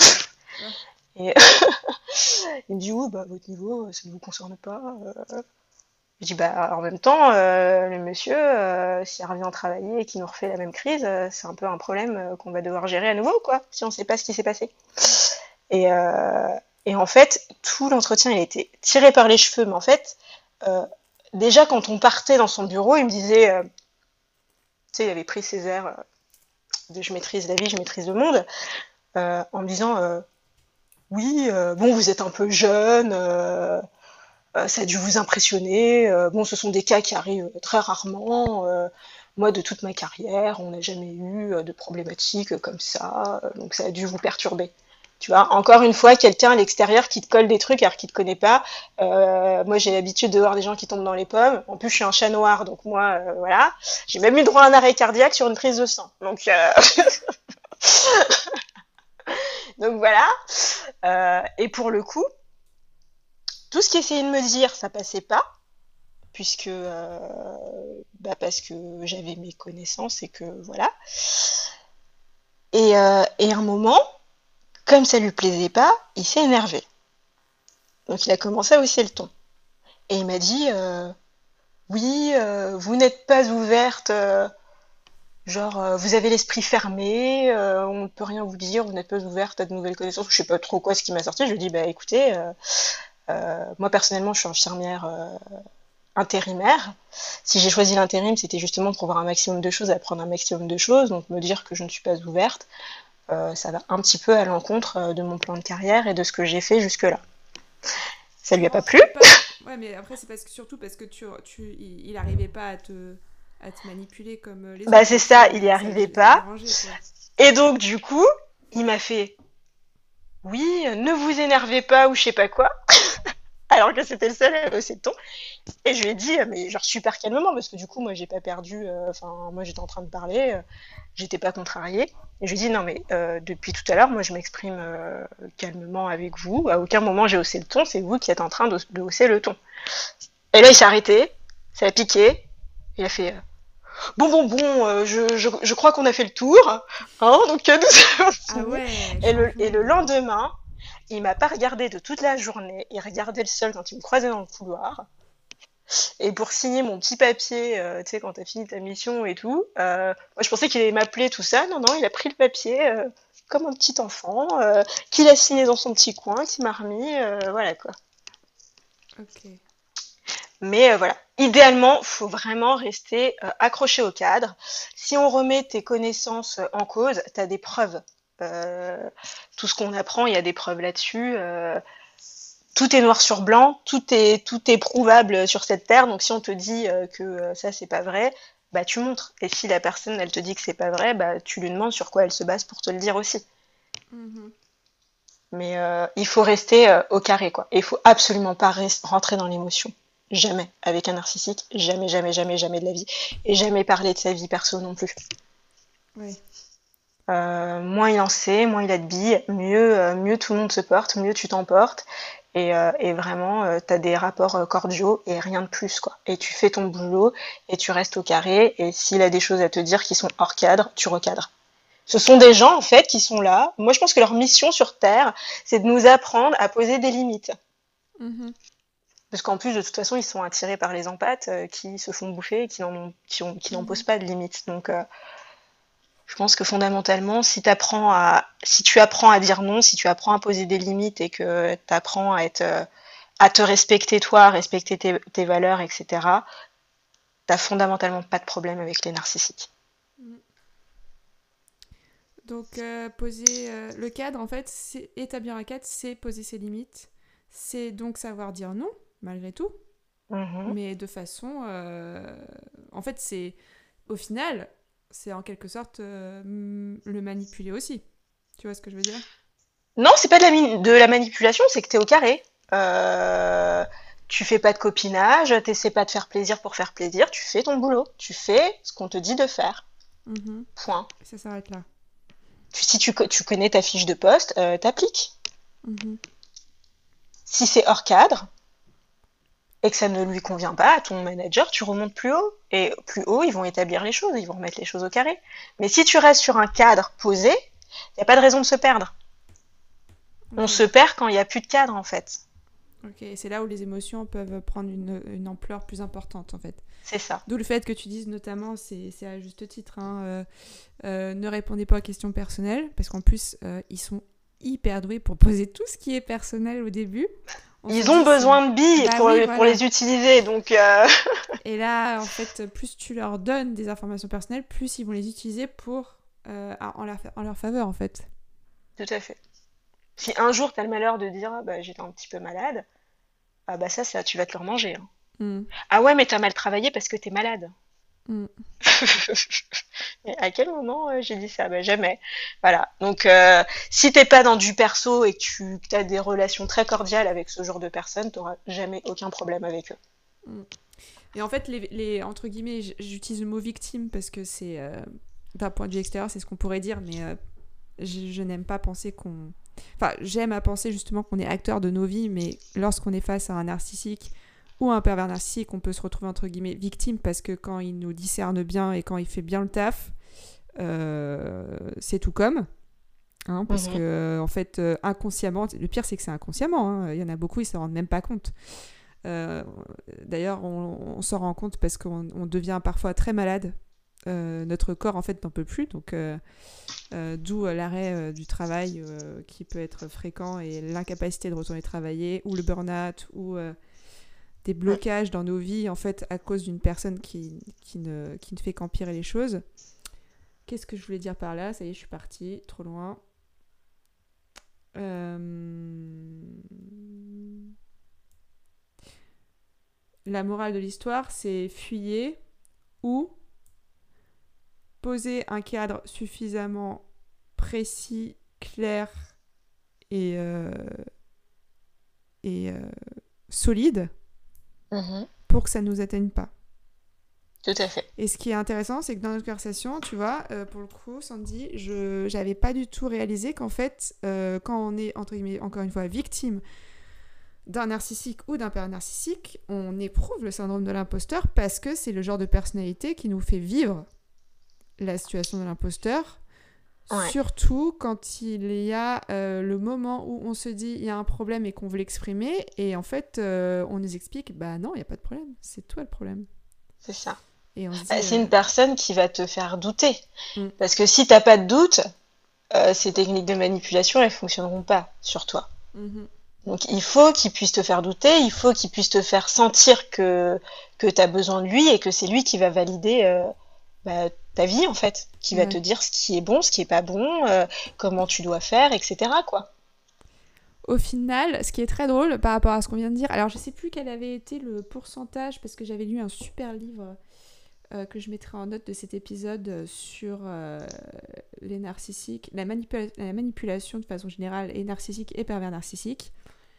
S2: Et il me dit, oui, votre niveau, ça ne vous concerne pas. Je dis, bah, en même temps, le monsieur, s'il revient travailler et qu'il nous refait la même crise, c'est un peu un problème qu'on va devoir gérer à nouveau, quoi, si on sait pas ce qui s'est passé. Et, euh, et en fait, tout l'entretien, il était tiré par les cheveux. Mais en fait, euh, déjà, quand on partait dans son bureau, il me disait, tu sais, il avait pris ses airs de je maîtrise la vie, je maîtrise le monde, en me disant, oui, bon, vous êtes un peu jeune, ça a dû vous impressionner. Bon, ce sont des cas qui arrivent très rarement. Moi, de toute ma carrière, on n'a jamais eu de problématiques comme ça, donc ça a dû vous perturber. Tu vois, encore une fois, quelqu'un à l'extérieur qui te colle des trucs alors qu'il te connaît pas. Moi, j'ai l'habitude de voir des gens qui tombent dans les pommes. En plus, je suis un chat noir, donc moi, voilà. J'ai même eu droit à un arrêt cardiaque sur une prise de sang. Donc, donc voilà. Et pour le coup, tout ce qu'il essayait de me dire, ça passait pas, puisque bah parce que j'avais mes connaissances et que voilà. Et à un moment, comme ça lui plaisait pas, il s'est énervé. Donc il a commencé à hausser le ton. Et il m'a dit oui, vous n'êtes pas ouverte, genre vous avez l'esprit fermé, on ne peut rien vous dire, vous n'êtes pas ouverte à de nouvelles connaissances. Je sais pas trop quoi ce qui m'a sorti. Je lui ai dit bah écoutez, moi personnellement je suis infirmière intérimaire. Si j'ai choisi l'intérim, c'était justement pour voir un maximum de choses, apprendre un maximum de choses. Donc me dire que je ne suis pas ouverte, ça va un petit peu à l'encontre de mon plan de carrière et de ce que j'ai fait jusque-là. Ça lui a pas plu.
S1: Ouais, mais après, c'est surtout parce que il arrivait pas à te manipuler comme les
S2: Bah
S1: autres.
S2: c'est
S1: Donc
S2: ça, il y
S1: ça
S2: arrivait
S1: le
S2: pas.
S1: dérangeait, quoi.
S2: Et donc du coup, il m'a fait oui, ne vous énervez pas ou je sais pas quoi. Alors que c'était le seul à hausser le ton. Et je lui ai dit, mais genre super calmement, parce que du coup, moi, j'ai pas perdu. Enfin, moi, j'étais en train de parler, j'étais pas contrariée. Et je lui ai dit, non, mais depuis tout à l'heure, moi, je m'exprime calmement avec vous. À aucun moment, j'ai haussé le ton. C'est vous qui êtes en train de hausser le ton. Et là, il s'est arrêté, ça a piqué. Il a fait, bon, je crois qu'on a fait le tour. Hein, donc, nous avons
S1: Ah
S2: fini.
S1: ouais,
S2: Et le
S1: changement.
S2: lendemain, il m'a pas regardé de toute la journée. Il regardait le sol quand il me croisait dans le couloir. Et pour signer mon petit papier, tu sais, quand t'as fini ta mission et tout, moi je pensais qu'il allait m'appeler, tout ça. Non, non, il a pris le papier comme un petit enfant, qu'il a signé dans son petit coin, qu'il m'a remis, voilà quoi.
S1: Ok.
S2: Mais voilà, idéalement, faut vraiment rester accroché au cadre. Si on remet tes connaissances en cause, t'as des preuves. Euh, Tout ce qu'on apprend, il y a des preuves là-dessus. Tout est noir sur blanc, tout est prouvable sur cette terre. Donc si on te dit que ça c'est pas vrai, bah tu montres. Et si la personne elle te dit que c'est pas vrai, bah tu lui demandes sur quoi elle se base pour te le dire aussi.
S1: Mhm.
S2: Mais il faut rester au carré quoi. Et il faut absolument pas rentrer dans l'émotion. Jamais avec un narcissique, jamais, jamais, jamais, jamais de la vie. Et jamais parler de sa vie perso non plus.
S1: Ouais.
S2: Moins il en sait, moins il a de billes, mieux tout le monde se porte, mieux tu t'en portes. Et vraiment, t'as des rapports cordiaux et rien de plus, quoi. Et tu fais ton boulot et tu restes au carré. Et s'il a des choses à te dire qui sont hors cadre, tu recadres. Ce sont des gens, en fait, qui sont là. Moi, je pense que leur mission sur Terre, c'est de nous apprendre à poser des limites.
S1: Mhm.
S2: Parce qu'en plus, de toute façon, ils sont attirés par les empathes qui se font bouffer et qui n'en posent
S1: Mhm.
S2: pas de limites. Donc, je pense que fondamentalement, si tu apprends à dire non, si tu apprends à poser des limites et que tu apprends à te respecter toi, à respecter tes valeurs, etc., t'as fondamentalement pas de problème avec les narcissiques.
S1: Mhm. Donc, poser le cadre, en fait, c'est établir un cadre, c'est poser ses limites. C'est donc savoir dire non, malgré tout,
S2: Mhm.
S1: mais de façon. En fait, c'est. Au final, c'est en quelque sorte le manipuler aussi. Tu vois ce que je veux dire?
S2: Non, c'est pas de la manipulation, c'est que t'es au carré. Euh, Tu fais pas de copinage, t'essaies pas de faire plaisir pour faire plaisir, tu fais ton boulot, tu fais ce qu'on te dit de faire.
S1: Mhm.
S2: Point.
S1: Ça s'arrête là.
S2: Si tu connais ta fiche de poste, t'appliques.
S1: Mhm.
S2: Si c'est hors cadre, et que ça ne lui convient pas à ton manager, tu remontes plus haut. Et plus haut, ils vont établir les choses, ils vont remettre les choses au carré. Mais si tu restes sur un cadre posé, il n'y a pas de raison de se perdre. On
S1: Ok.
S2: se perd quand il n'y a plus de cadre, en fait.
S1: Ok, et c'est là où les émotions peuvent prendre une ampleur plus importante en fait.
S2: C'est ça.
S1: D'où le fait que tu dises notamment, c'est à juste titre, hein, ne répondez pas aux questions personnelles, parce qu'en plus, ils sont hyper doués pour poser tout ce qui est personnel au début.
S2: Ils ont besoin de billes
S1: Bah
S2: pour,
S1: oui,
S2: pour
S1: voilà.
S2: les utiliser, donc
S1: Et là, en fait, plus tu leur donnes des informations personnelles, plus ils vont les utiliser pour en leur faveur, en fait.
S2: tout à fait. Si un jour t'as le malheur de dire ah, bah, j'étais un petit peu malade, ah bah ça tu vas te le remanger, hein.
S1: Mm,
S2: Ah ouais, mais t'as mal travaillé parce que t'es malade.
S1: mm.
S2: Mais à quel moment j'ai dit ça? Bah jamais. Voilà. Donc si t'es pas dans du perso et que tu as des relations très cordiales avec ce genre de personnes, t'auras jamais aucun problème avec eux.
S1: Mm. Et en fait, entre guillemets, j'utilise le mot victime parce que c'est, d'un point de vue extérieur, c'est ce qu'on pourrait dire, mais je n'aime pas penser qu'on... Enfin, j'aime à penser justement qu'on est acteur de nos vies, mais lorsqu'on est face à un narcissique ou un pervers narcissique, on peut se retrouver entre guillemets victime parce que quand il nous discerne bien et quand il fait bien le taf, c'est tout comme. Hein, parce
S2: Mhm.
S1: que en fait, inconsciemment, le pire c'est que c'est inconsciemment. Hein, il y en a beaucoup, ils ne s'en rendent même pas compte. Euh, D'ailleurs, on s'en rend compte parce qu'on devient parfois très malade. Notre corps en fait n'en peut plus, donc d'où l'arrêt du travail qui peut être fréquent et l'incapacité de retourner travailler, ou le burn-out, ou des
S2: Mm.
S1: blocages dans nos vies en fait à cause d'une personne qui ne fait qu'empirer les choses. Qu'est-ce que je voulais dire par là? Ça y est, je suis partie, trop loin. La morale de l'histoire, c'est fuyez ou poser un cadre suffisamment précis, clair et, et solide
S2: Mhm.
S1: pour que ça ne nous atteigne pas.
S2: Tout à fait.
S1: Et ce qui est intéressant, c'est que dans notre conversation, tu vois, pour le coup, Sandy, j'avais pas du tout réalisé qu'en fait, quand on est, entre guillemets, encore une fois, victime d'un narcissique ou d'un père narcissique, on éprouve le syndrome de l'imposteur parce que c'est le genre de personnalité qui nous fait vivre la situation de l'imposteur,
S2: Ouais.
S1: surtout quand il y a le moment où on se dit il y a un problème et qu'on veut l'exprimer, et en fait, on nous explique, bah non, il n'y a pas de problème, c'est toi le problème.
S2: C'est ça.
S1: Et on se
S2: Bah,
S1: dit,
S2: c'est une personne qui va te faire douter.
S1: mm,
S2: Parce que si t'as pas de doute, ces techniques de manipulation, elles fonctionneront pas sur toi.
S1: mhm.
S2: Donc il faut qu'il puisse te faire douter, il faut qu'il puisse te faire sentir que tu as besoin de lui et que c'est lui qui va valider bah, ta vie en fait, qui va te
S1: Ouais.
S2: dire ce qui est bon, ce qui est pas bon, comment tu dois faire, etc. quoi.
S1: Au final, ce qui est très drôle par rapport à ce qu'on vient de dire, alors je sais plus quel avait été le pourcentage, parce que j'avais lu un super livre que je mettrai en note de cet épisode sur les narcissiques, la manipulation de façon générale et narcissique et pervers narcissique.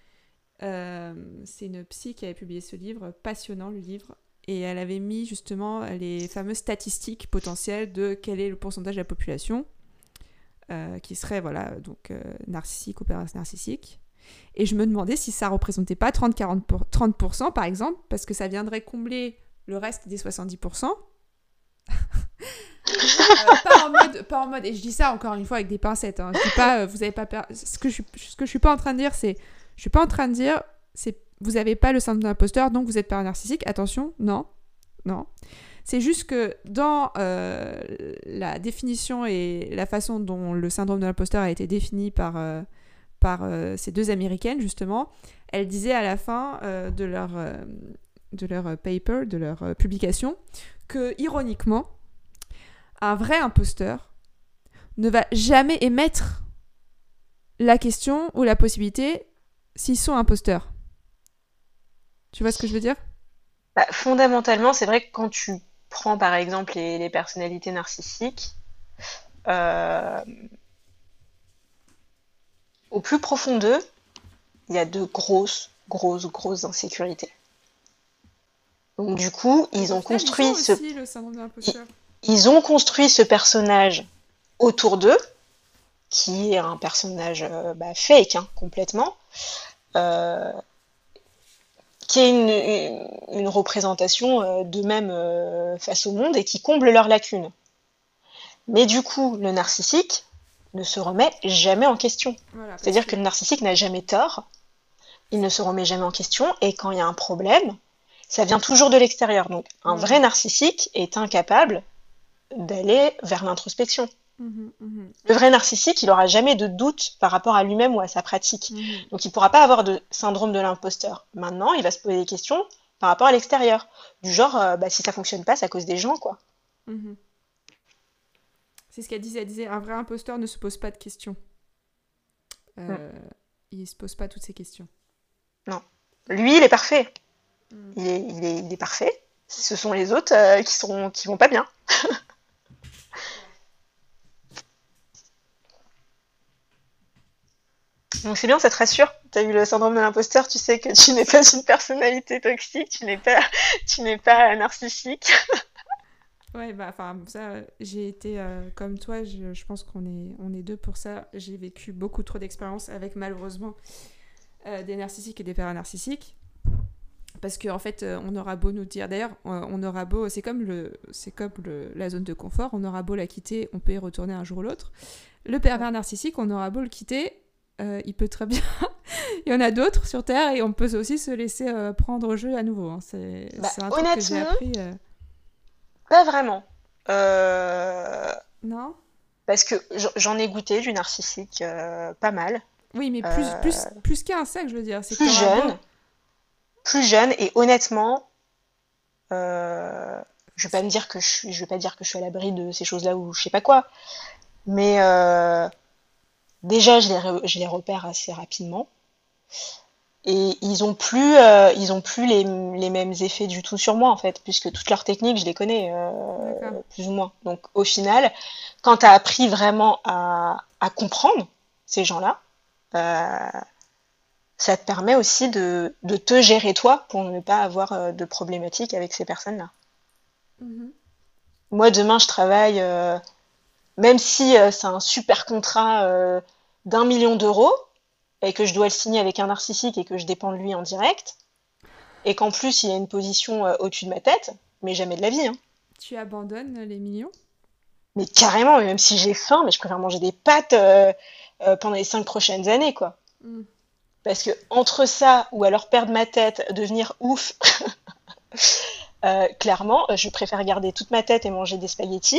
S1: C'est une psy qui avait publié ce livre, passionnant le livre, et elle avait mis justement les fameuses statistiques potentielles de quel est le pourcentage de la population qui serait voilà, donc, narcissique ou pervers narcissique. Et je me demandais si ça représentait pas 30% par exemple, parce que ça viendrait combler le reste des 70%. Pas en mode, et je dis ça encore une fois avec des pincettes, hein. Je dis pas, vous avez pas ce que je suis pas en train de dire, c'est, je suis pas en train de dire, c'est, vous avez pas le syndrome de l'imposteur, donc vous êtes pas narcissique, attention, non, non. C'est juste que dans la définition et la façon dont le syndrome de l'imposteur a été défini par ces deux Américaines, justement, elles disaient à la fin de leur paper, de leur publication, que, ironiquement, un vrai imposteur ne va jamais émettre la question ou la possibilité s'ils sont imposteurs. Tu vois ce que je veux dire?
S2: Bah, fondamentalement, c'est vrai que quand tu prends par exemple les personnalités narcissiques, euh, au plus profond d'eux, il y a de grosses insécurités. Donc du coup,
S1: Donc au final, ils ont aussi le syndrome de
S2: ils,
S1: l'imposteur.
S2: ils ont construit ce personnage autour d'eux, qui est un personnage bah, fake, hein, complètement, euh, qui est une représentation d'eux-mêmes face au monde et qui comble leurs lacunes. Mais du coup, le narcissique ne se remet jamais en question.
S1: Voilà, parce
S2: C'est-à-dire
S1: que
S2: que le narcissique n'a jamais tort il ne se remet jamais en question. Et quand il y a un problème, ça vient toujours de l'extérieur. Donc, un
S1: Ouais.
S2: vrai narcissique est incapable d'aller vers l'introspection.
S1: Mhm, mhm,
S2: Le vrai narcissique, il aura jamais de doute par rapport à lui-même ou à sa pratique.
S1: mhm,
S2: Donc, il pourra pas avoir de syndrome de l'imposteur. Maintenant, il va se poser des questions par rapport à l'extérieur. Du genre, bah, si ça fonctionne pas, c'est à cause des gens, quoi.
S1: mhm. C'est ce qu'elle disait. Elle disait un vrai imposteur ne se pose pas de questions.
S2: Mm.
S1: Euh, il se pose pas toutes ces questions.
S2: Non. Lui, il est parfait.
S1: Mm.
S2: Il est parfait. Ce sont les autres qui vont pas bien. Donc c'est bien, ça te rassure. Tu as eu le syndrome de l'imposteur, tu sais que tu n'es pas une personnalité toxique, tu n'es pas narcissique.
S1: Ouais, bah, enfin, ça, j'ai été comme toi, je pense on est deux pour ça. J'ai vécu beaucoup trop d'expériences avec, malheureusement, des narcissiques et des paranarcissiques. Parce qu'en fait, on aura beau nous dire, d'ailleurs, on aura beau, la zone de confort, on aura beau la quitter, on peut y retourner un jour ou l'autre. Le pervers narcissique, on aura beau le quitter, il peut très bien. Il y en a d'autres sur Terre et on peut aussi se laisser prendre au jeu à nouveau. Hein.
S2: Bah,
S1: C'est un truc que j'ai
S2: honnêtement,
S1: appris.
S2: pas vraiment. Euh,
S1: Non.
S2: Parce que j'en ai goûté du narcissique pas mal.
S1: Oui, mais
S2: Euh,
S1: plus qu'un, ça que je veux dire. C'est que
S2: plus
S1: t'auras beau.
S2: jeune, plus jeune, et honnêtement, euh, je vais pas dire que je suis à l'abri de ces choses-là ou je sais pas quoi. Mais déjà, je les repère assez rapidement. Et ils ont plus les mêmes effets du tout sur moi en fait, puisque toutes leurs techniques, je les connais
S1: D'accord.
S2: plus ou moins. Donc au final, quand tu as appris vraiment à comprendre ces gens-là, euh, ça te permet aussi de te gérer toi pour ne pas avoir de problématiques avec ces personnes-là.
S1: Mhm.
S2: Moi, demain, je travaille, même si c'est un super contrat d'1 million d'euros et que je dois le signer avec un narcissique et que je dépends de lui en direct, et qu'en plus il y a une position au-dessus de ma tête, mais jamais de la vie. Hein.
S1: Tu abandonnes les millions.
S2: Mais carrément, même si j'ai faim, mais je préfère manger des pâtes pendant les 5 prochaines années, quoi.
S1: Mm.
S2: Parce que entre ça ou alors perdre ma tête, devenir ouf, clairement, je préfère garder toute ma tête et manger des spaghettis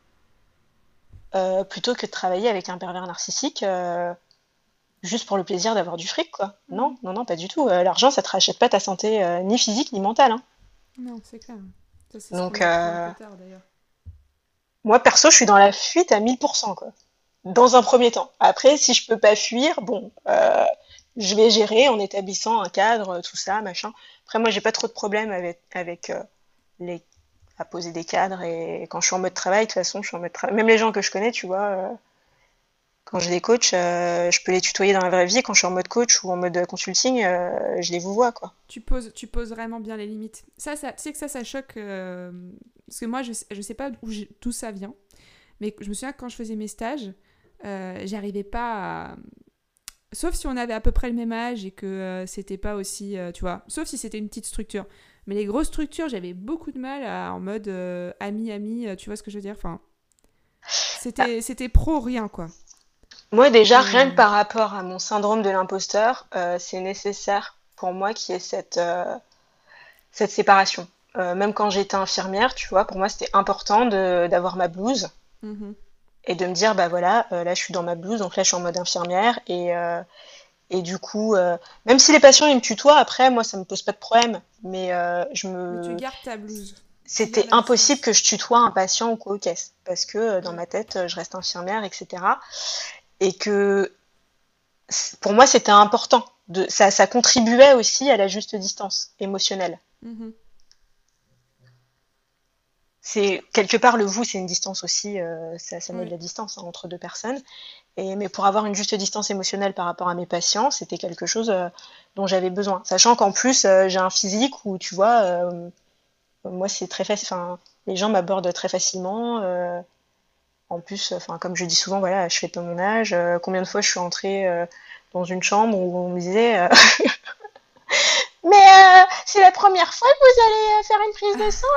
S2: plutôt que de travailler avec un pervers narcissique juste pour le plaisir d'avoir du fric, quoi.
S1: Mm.
S2: Non, non, non, pas du tout. L'argent, ça te rachète pas ta santé ni physique ni mentale. Hein.
S1: Non, c'est clair. Ça, c'est ce qu'on
S2: Donc,
S1: a appris un peu tard d'ailleurs.
S2: moi, perso, je suis dans la fuite à 1000%, quoi. Dans un premier temps. Après, si je peux pas fuir, bon, je vais gérer en établissant un cadre, tout ça, machin. Après, moi, j'ai pas trop de problèmes avec les à poser des cadres et quand je suis en mode travail, de toute façon, je suis en mode travail. Même les gens que je connais, tu vois, quand je les coach, je peux les tutoyer dans la vraie vie. Quand je suis en mode coach ou en mode consulting, je les vous vois, quoi.
S1: Tu poses vraiment bien les limites. Tu sais que ça choque. Parce que moi, je sais pas d'où ça vient. Mais je me souviens que quand je faisais mes stages, j'arrivais pas à. Sauf si on avait à peu près le même âge et que c'était pas aussi. Tu vois, sauf si c'était une petite structure. Mais les grosses structures, j'avais beaucoup de mal en mode ami, tu vois ce que je veux dire. Enfin,
S2: Bah,
S1: c'était pro rien, quoi.
S2: moi, déjà,
S1: Et.
S2: rien que par rapport à mon syndrome de l'imposteur, c'est nécessaire pour moi qu'il y ait cette séparation. Même quand j'étais infirmière, tu vois, pour moi, c'était important d'avoir ma blouse
S1: Mhm.
S2: et de me dire, bah voilà, là, je suis dans ma blouse, donc là, je suis en mode infirmière. Et du coup, même si les patients, ils me tutoient, après, moi, ça me pose pas de problème. Mais
S1: Mais tu gardes ta blouse. Tu
S2: c'était
S1: gardes la
S2: impossible
S1: distance.
S2: que je tutoie un patient ou quoi aux caisses. Parce que dans
S1: Mm.
S2: ma tête, je reste infirmière, etc. Et que pour moi, c'était important. Ça contribuait aussi à la juste distance émotionnelle.
S1: Mhm.
S2: C'est quelque part le vous, c'est une distance aussi, ça met de
S1: Ouais.
S2: la distance hein, entre deux personnes. Mais pour avoir une juste distance émotionnelle par rapport à mes patients, c'était quelque chose dont j'avais besoin. Sachant qu'en plus, j'ai un physique où, tu vois, moi, c'est très facile. Enfin, les gens m'abordent très facilement. En plus, enfin, comme je dis souvent, voilà, je fais pas mon âge. Combien de fois je suis entrée dans une chambre où on me disait mais c'est la première fois que vous allez faire une prise de sang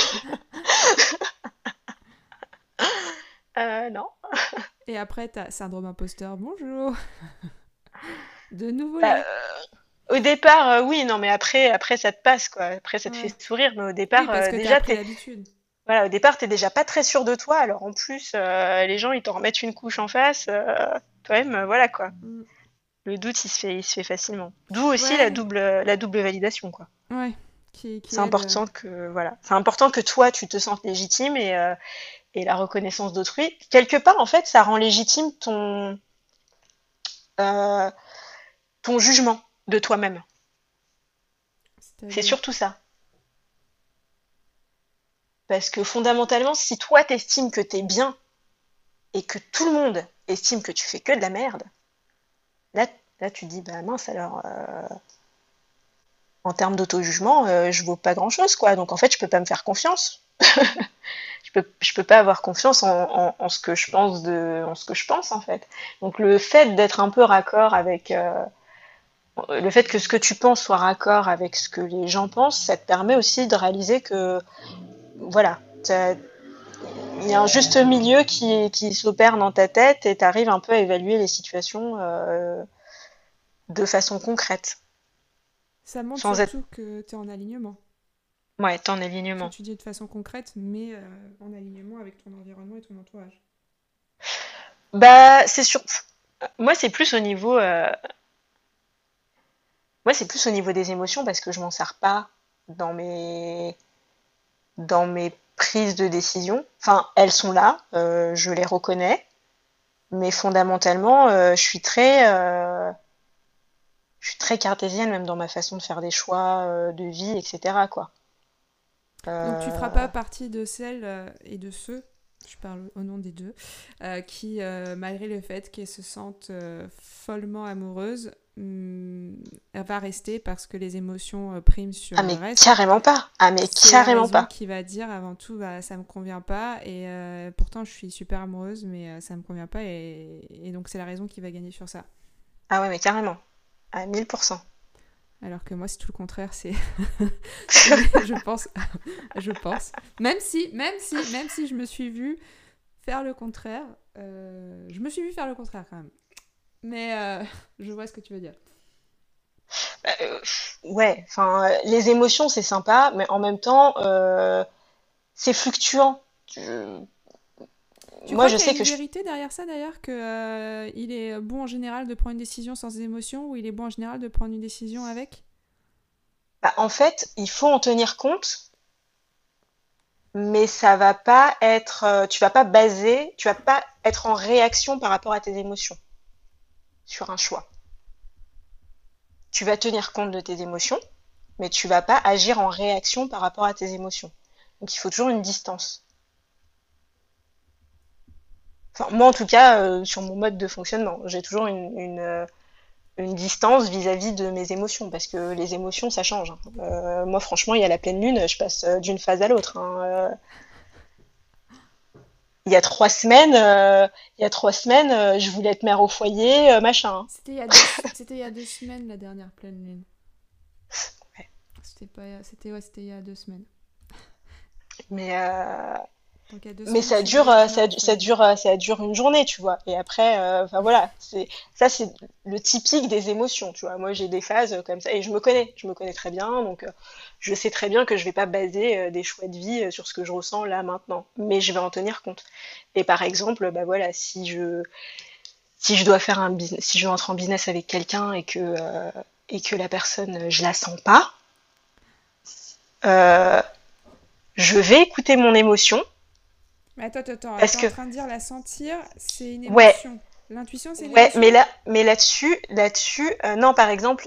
S2: non.
S1: Et après, t'as syndrome imposteur. Bonjour. De nouveau
S2: Bah,
S1: là.
S2: Au départ, oui, non, mais après ça te passe, quoi. Après, ça te
S1: Ouais.
S2: fait sourire, mais au
S1: Oui,
S2: départ,
S1: parce que t'as
S2: déjà,
S1: pris l'habitude.
S2: voilà, au départ, t'es déjà pas très sûr de toi. Alors en plus, les gens, ils t'en remettent une couche en face. Toi-même, voilà, quoi.
S1: Mm.
S2: Le doute, il se fait facilement. D'où aussi la
S1: Ouais,
S2: double validation, quoi.
S1: ouais, qui
S2: C'est
S1: aide.
S2: important que, voilà, c'est important que toi, tu te sentes légitime et la reconnaissance d'autrui. Quelque part, en fait, ça rend légitime euh, ton jugement de toi-même. C'est
S1: C'est-à-dire.
S2: surtout ça. Parce que fondamentalement, si toi, t'estimes que t'es bien et que tout le monde estime que tu fais que de la merde, là, là tu te dis, bah mince, alors, en termes d'auto-jugement, je vaux pas grand-chose, quoi. Donc en fait, je peux pas me faire confiance. Je peux pas avoir confiance en ce que je pense en ce que je pense, en fait. Donc le fait d'être un peu raccord avec, le fait que ce que tu penses soit raccord avec ce que les gens pensent, ça te permet aussi de réaliser que, voilà, il y a un juste milieu qui s'opère dans ta tête et tu arrives un peu à évaluer les situations de façon concrète,
S1: Ça montre
S2: sans être,
S1: surtout que tu es en alignement.
S2: ouais, en
S1: Ce que
S2: alignement.
S1: tu dis de façon concrète, mais en alignement avec ton environnement et ton entourage.
S2: Bah, c'est sûr. Moi, c'est plus au niveau, moi, c'est plus au niveau des émotions parce que je m'en sers pas dans mes prises de décision. Enfin, elles sont là, je les reconnais, mais fondamentalement, je suis très cartésienne même dans ma façon de faire des choix de vie, etc., quoi.
S1: Donc tu feras pas
S2: Euh,
S1: partie de celles et de ceux, je parle au nom des deux, qui, malgré le fait qu'elles se sentent follement amoureuses, va rester parce que les émotions priment sur
S2: Ah
S1: le
S2: mais
S1: reste.
S2: carrément pas. Ah mais
S1: C'est la
S2: carrément
S1: raison
S2: pas.
S1: qui va dire avant tout, bah, ça me convient pas et pourtant je suis super amoureuse, mais ça me convient pas et donc c'est la raison qui va gagner sur ça.
S2: Ah ouais mais carrément. À 1000%.
S1: Alors que moi, c'est tout le contraire. Je pense, je pense. Même si je me suis vue faire le contraire, je me suis vue faire le contraire quand même. Mais je vois ce que tu veux dire.
S2: Ouais, enfin, les émotions c'est sympa, mais en même temps, c'est fluctuant.
S1: Tu
S2: Moi,
S1: crois
S2: je
S1: qu'il y a
S2: sais
S1: une
S2: que
S1: vérité derrière ça d'ailleurs, que il est bon en général de prendre une décision sans émotion, ou il est bon en général de prendre une décision avec?
S2: bah, en fait, il faut en tenir compte, mais ça va pas être, tu vas pas être en réaction par rapport à tes émotions sur un choix. Tu vas tenir compte de tes émotions, mais tu vas pas agir en réaction par rapport à tes émotions. Donc il faut toujours une distance. Enfin, moi en tout cas, sur mon mode de fonctionnement, j'ai toujours une distance vis-à-vis de mes émotions, parce que les émotions, ça change, hein. Moi franchement, il y a la pleine lune, je passe d'une phase à l'autre, hein. Il y a 3 semaines, je voulais être mère au foyer, machin, hein.
S1: C'était il y a 2 semaines la dernière pleine lune. C'était pas, c'était il y a 2 semaines.
S2: Mais
S1: Donc il y a deux
S2: Mais
S1: semaines,
S2: ça
S1: je suis
S2: dure,
S1: déjà
S2: ça,
S1: mère au
S2: ça
S1: foyer.
S2: dure, ça dure une journée, tu vois. Et après, enfin voilà, c'est le typique des émotions, tu vois. Moi, j'ai des phases comme ça et je me connais très bien, donc je sais très bien que je vais pas baser des choix de vie sur ce que je ressens là maintenant, mais je vais en tenir compte. Et par exemple, bah voilà, si je dois faire un business, si je veux entrer en business avec quelqu'un et que la personne, je la sens pas, euh, je vais écouter mon émotion
S1: Mais attends,
S2: parce
S1: t'es en
S2: que
S1: train de dire la sentir, c'est une
S2: ouais.
S1: émotion. L'intuition, c'est une
S2: Ouais,
S1: émotion?
S2: mais là-dessus, non, par exemple,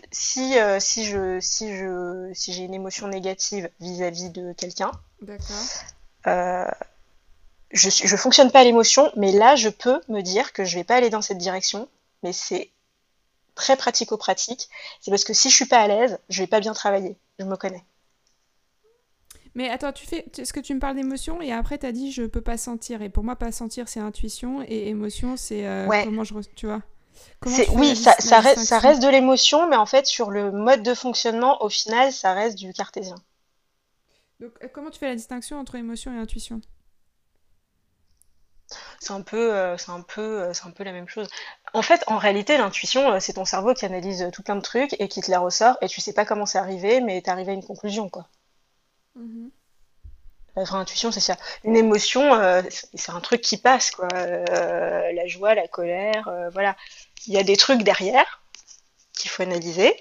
S2: si j'ai une émotion négative vis-à-vis de quelqu'un,
S1: D'accord.
S2: euh, je fonctionne pas à l'émotion, mais là, je peux me dire que je vais pas aller dans cette direction, mais c'est très pratico-pratique. C'est parce que si je suis pas à l'aise, je vais pas bien travailler. Je me connais.
S1: Mais attends, est-ce que tu me parles d'émotion et après t'as dit je peux pas sentir. Et pour moi, pas sentir, c'est intuition et émotion, c'est
S2: Ouais,
S1: comment tu vois? Comment tu fais
S2: oui,
S1: la
S2: ça
S1: distinction?
S2: reste de l'émotion, mais en fait, sur le mode de fonctionnement, au final, ça reste du cartésien.
S1: Donc comment tu fais la distinction entre émotion et intuition?
S2: c'est un peu la même chose. En fait, en réalité, l'intuition, c'est ton cerveau qui analyse tout plein de trucs et qui te les ressort et tu sais pas comment c'est arrivé, mais t'es arrivé à une conclusion, quoi.
S1: Mhm.
S2: La vraie intuition, c'est ça. Une émotion, c'est un truc qui passe, quoi. La joie, la colère, voilà. Il y a des trucs derrière qu'il faut analyser.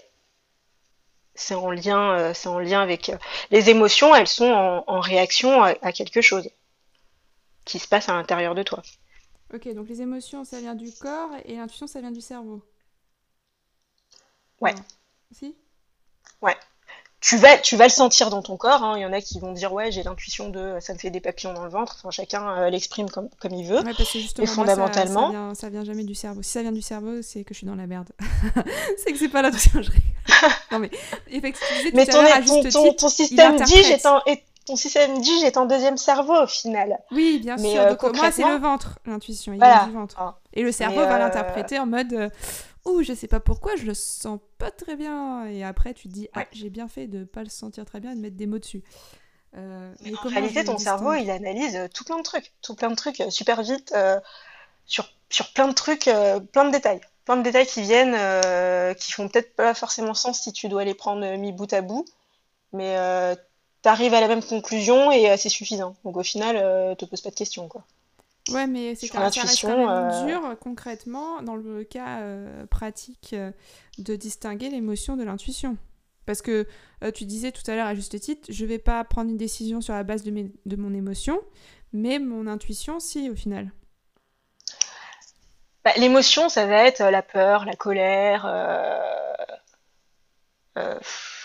S2: C'est en lien avec les émotions. Elles sont en réaction à quelque chose qui se passe à l'intérieur de toi.
S1: Ok, donc les émotions, ça vient du corps et l'intuition, ça vient du cerveau.
S2: Ouais,
S1: Non. Si?
S2: ouais. Tu vas le sentir dans ton corps, hein. Il y en a qui vont dire ouais, j'ai l'intuition de ça me fait des papillons dans le ventre. Enfin, chacun l'exprime comme il veut.
S1: Ouais, parce que
S2: Mais
S1: justement, moi,
S2: fondamentalement,
S1: ça vient jamais du cerveau. Si ça vient du cerveau, c'est que je suis dans la merde. C'est que c'est pas l'intuition, je rigole. Non, mais effectivement, tu disais
S2: mais
S1: tout à l'heure, à juste titre,
S2: ton
S1: il
S2: système dit
S1: interprète.
S2: ton système dit j'ai ton deuxième cerveau au final.
S1: Oui, bien
S2: Mais
S1: sûr. Donc, moi, c'est le
S2: concrètement,
S1: ventre, l'intuition. Il vient du
S2: voilà.
S1: ventre.
S2: Hein.
S1: Et le
S2: Mais
S1: cerveau va l'interpréter en mode ouh, je sais pas pourquoi, je le sens pas très bien. Et après, tu te dis ah,
S2: ouais.
S1: j'ai bien fait de pas le sentir très bien et de mettre des mots dessus.
S2: Mais
S1: Mais
S2: en
S1: comment
S2: réalité,
S1: je
S2: ton cerveau,
S1: distingue?
S2: il analyse tout plein de trucs super vite, sur plein de trucs, plein de détails qui viennent, qui font peut-être pas forcément sens si tu dois les prendre mis bout à bout, mais t'arrives à la même conclusion et c'est suffisant. Donc au final, te pose pas de questions, quoi.
S1: Ouais, mais
S2: Sur
S1: ça reste quand
S2: l'intuition,
S1: même dur, concrètement, dans le cas pratique, de distinguer l'émotion de l'intuition. Parce que tu disais tout à l'heure à juste titre, je vais pas prendre une décision sur la base de mon émotion, mais mon intuition, si, au final.
S2: bah, l'émotion, ça va être la peur, la colère, euh,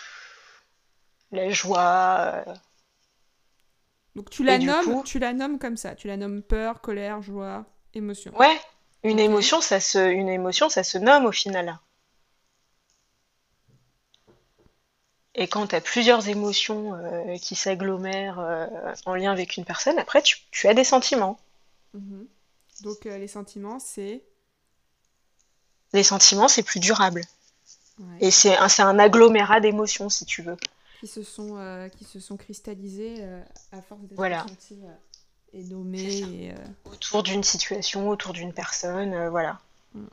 S2: la joie,
S1: Donc
S2: et du coup,
S1: tu la nommes comme ça. Tu la nommes peur, colère, joie, émotion.
S2: ouais,
S1: Ok.
S2: une émotion, ça se nomme au final. Et quand tu as plusieurs émotions qui s'agglomèrent en lien avec une personne, après, tu as des sentiments.
S1: Mhm. Donc les sentiments, c'est...
S2: Les sentiments, c'est plus durable.
S1: Ouais.
S2: Et c'est un agglomérat d'émotions, si tu veux.
S1: Qui se sont cristallisés à force d'être
S2: Voilà.
S1: ressentis et
S2: C'est ça.
S1: nommés.
S2: Autour d'une situation, autour d'une personne, voilà.
S1: Mm.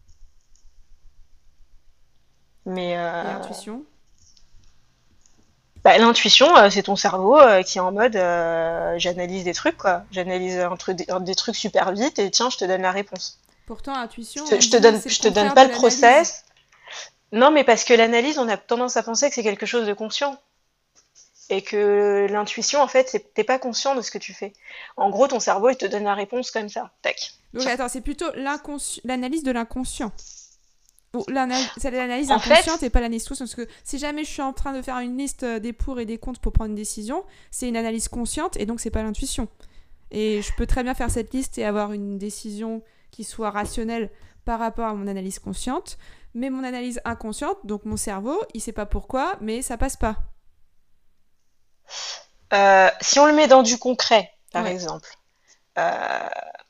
S2: Mais
S1: Et intuition.
S2: bah, l'intuition, c'est ton cerveau qui est en mode j'analyse des trucs, quoi. J'analyse des trucs super vite et tiens, je te donne la réponse.
S1: Pourtant, intuition, on dit c'est le
S2: Je te donne
S1: contraire
S2: pas
S1: de
S2: le
S1: l'analyse.
S2: process. Non, mais parce que l'analyse, on a tendance à penser que c'est quelque chose de conscient. Et que l'intuition, en fait, t'es pas conscient de ce que tu fais. En gros, ton cerveau, il te donne la réponse comme ça. Tac.
S1: Donc
S2: Tiens.
S1: attends, c'est plutôt l'analyse de l'inconscient. Ou c'est l'analyse
S2: En
S1: inconsciente
S2: fait,
S1: et pas l'analyse consciente. Parce que si jamais je suis en train de faire une liste des pour et des contre pour prendre une décision, c'est une analyse consciente et donc c'est pas l'intuition. Et je peux très bien faire cette liste et avoir une décision qui soit rationnelle par rapport à mon analyse consciente. Mais mon analyse inconsciente, donc mon cerveau, il sait pas pourquoi, mais ça passe pas.
S2: si on le met dans du concret, par
S1: Ouais.
S2: exemple, euh,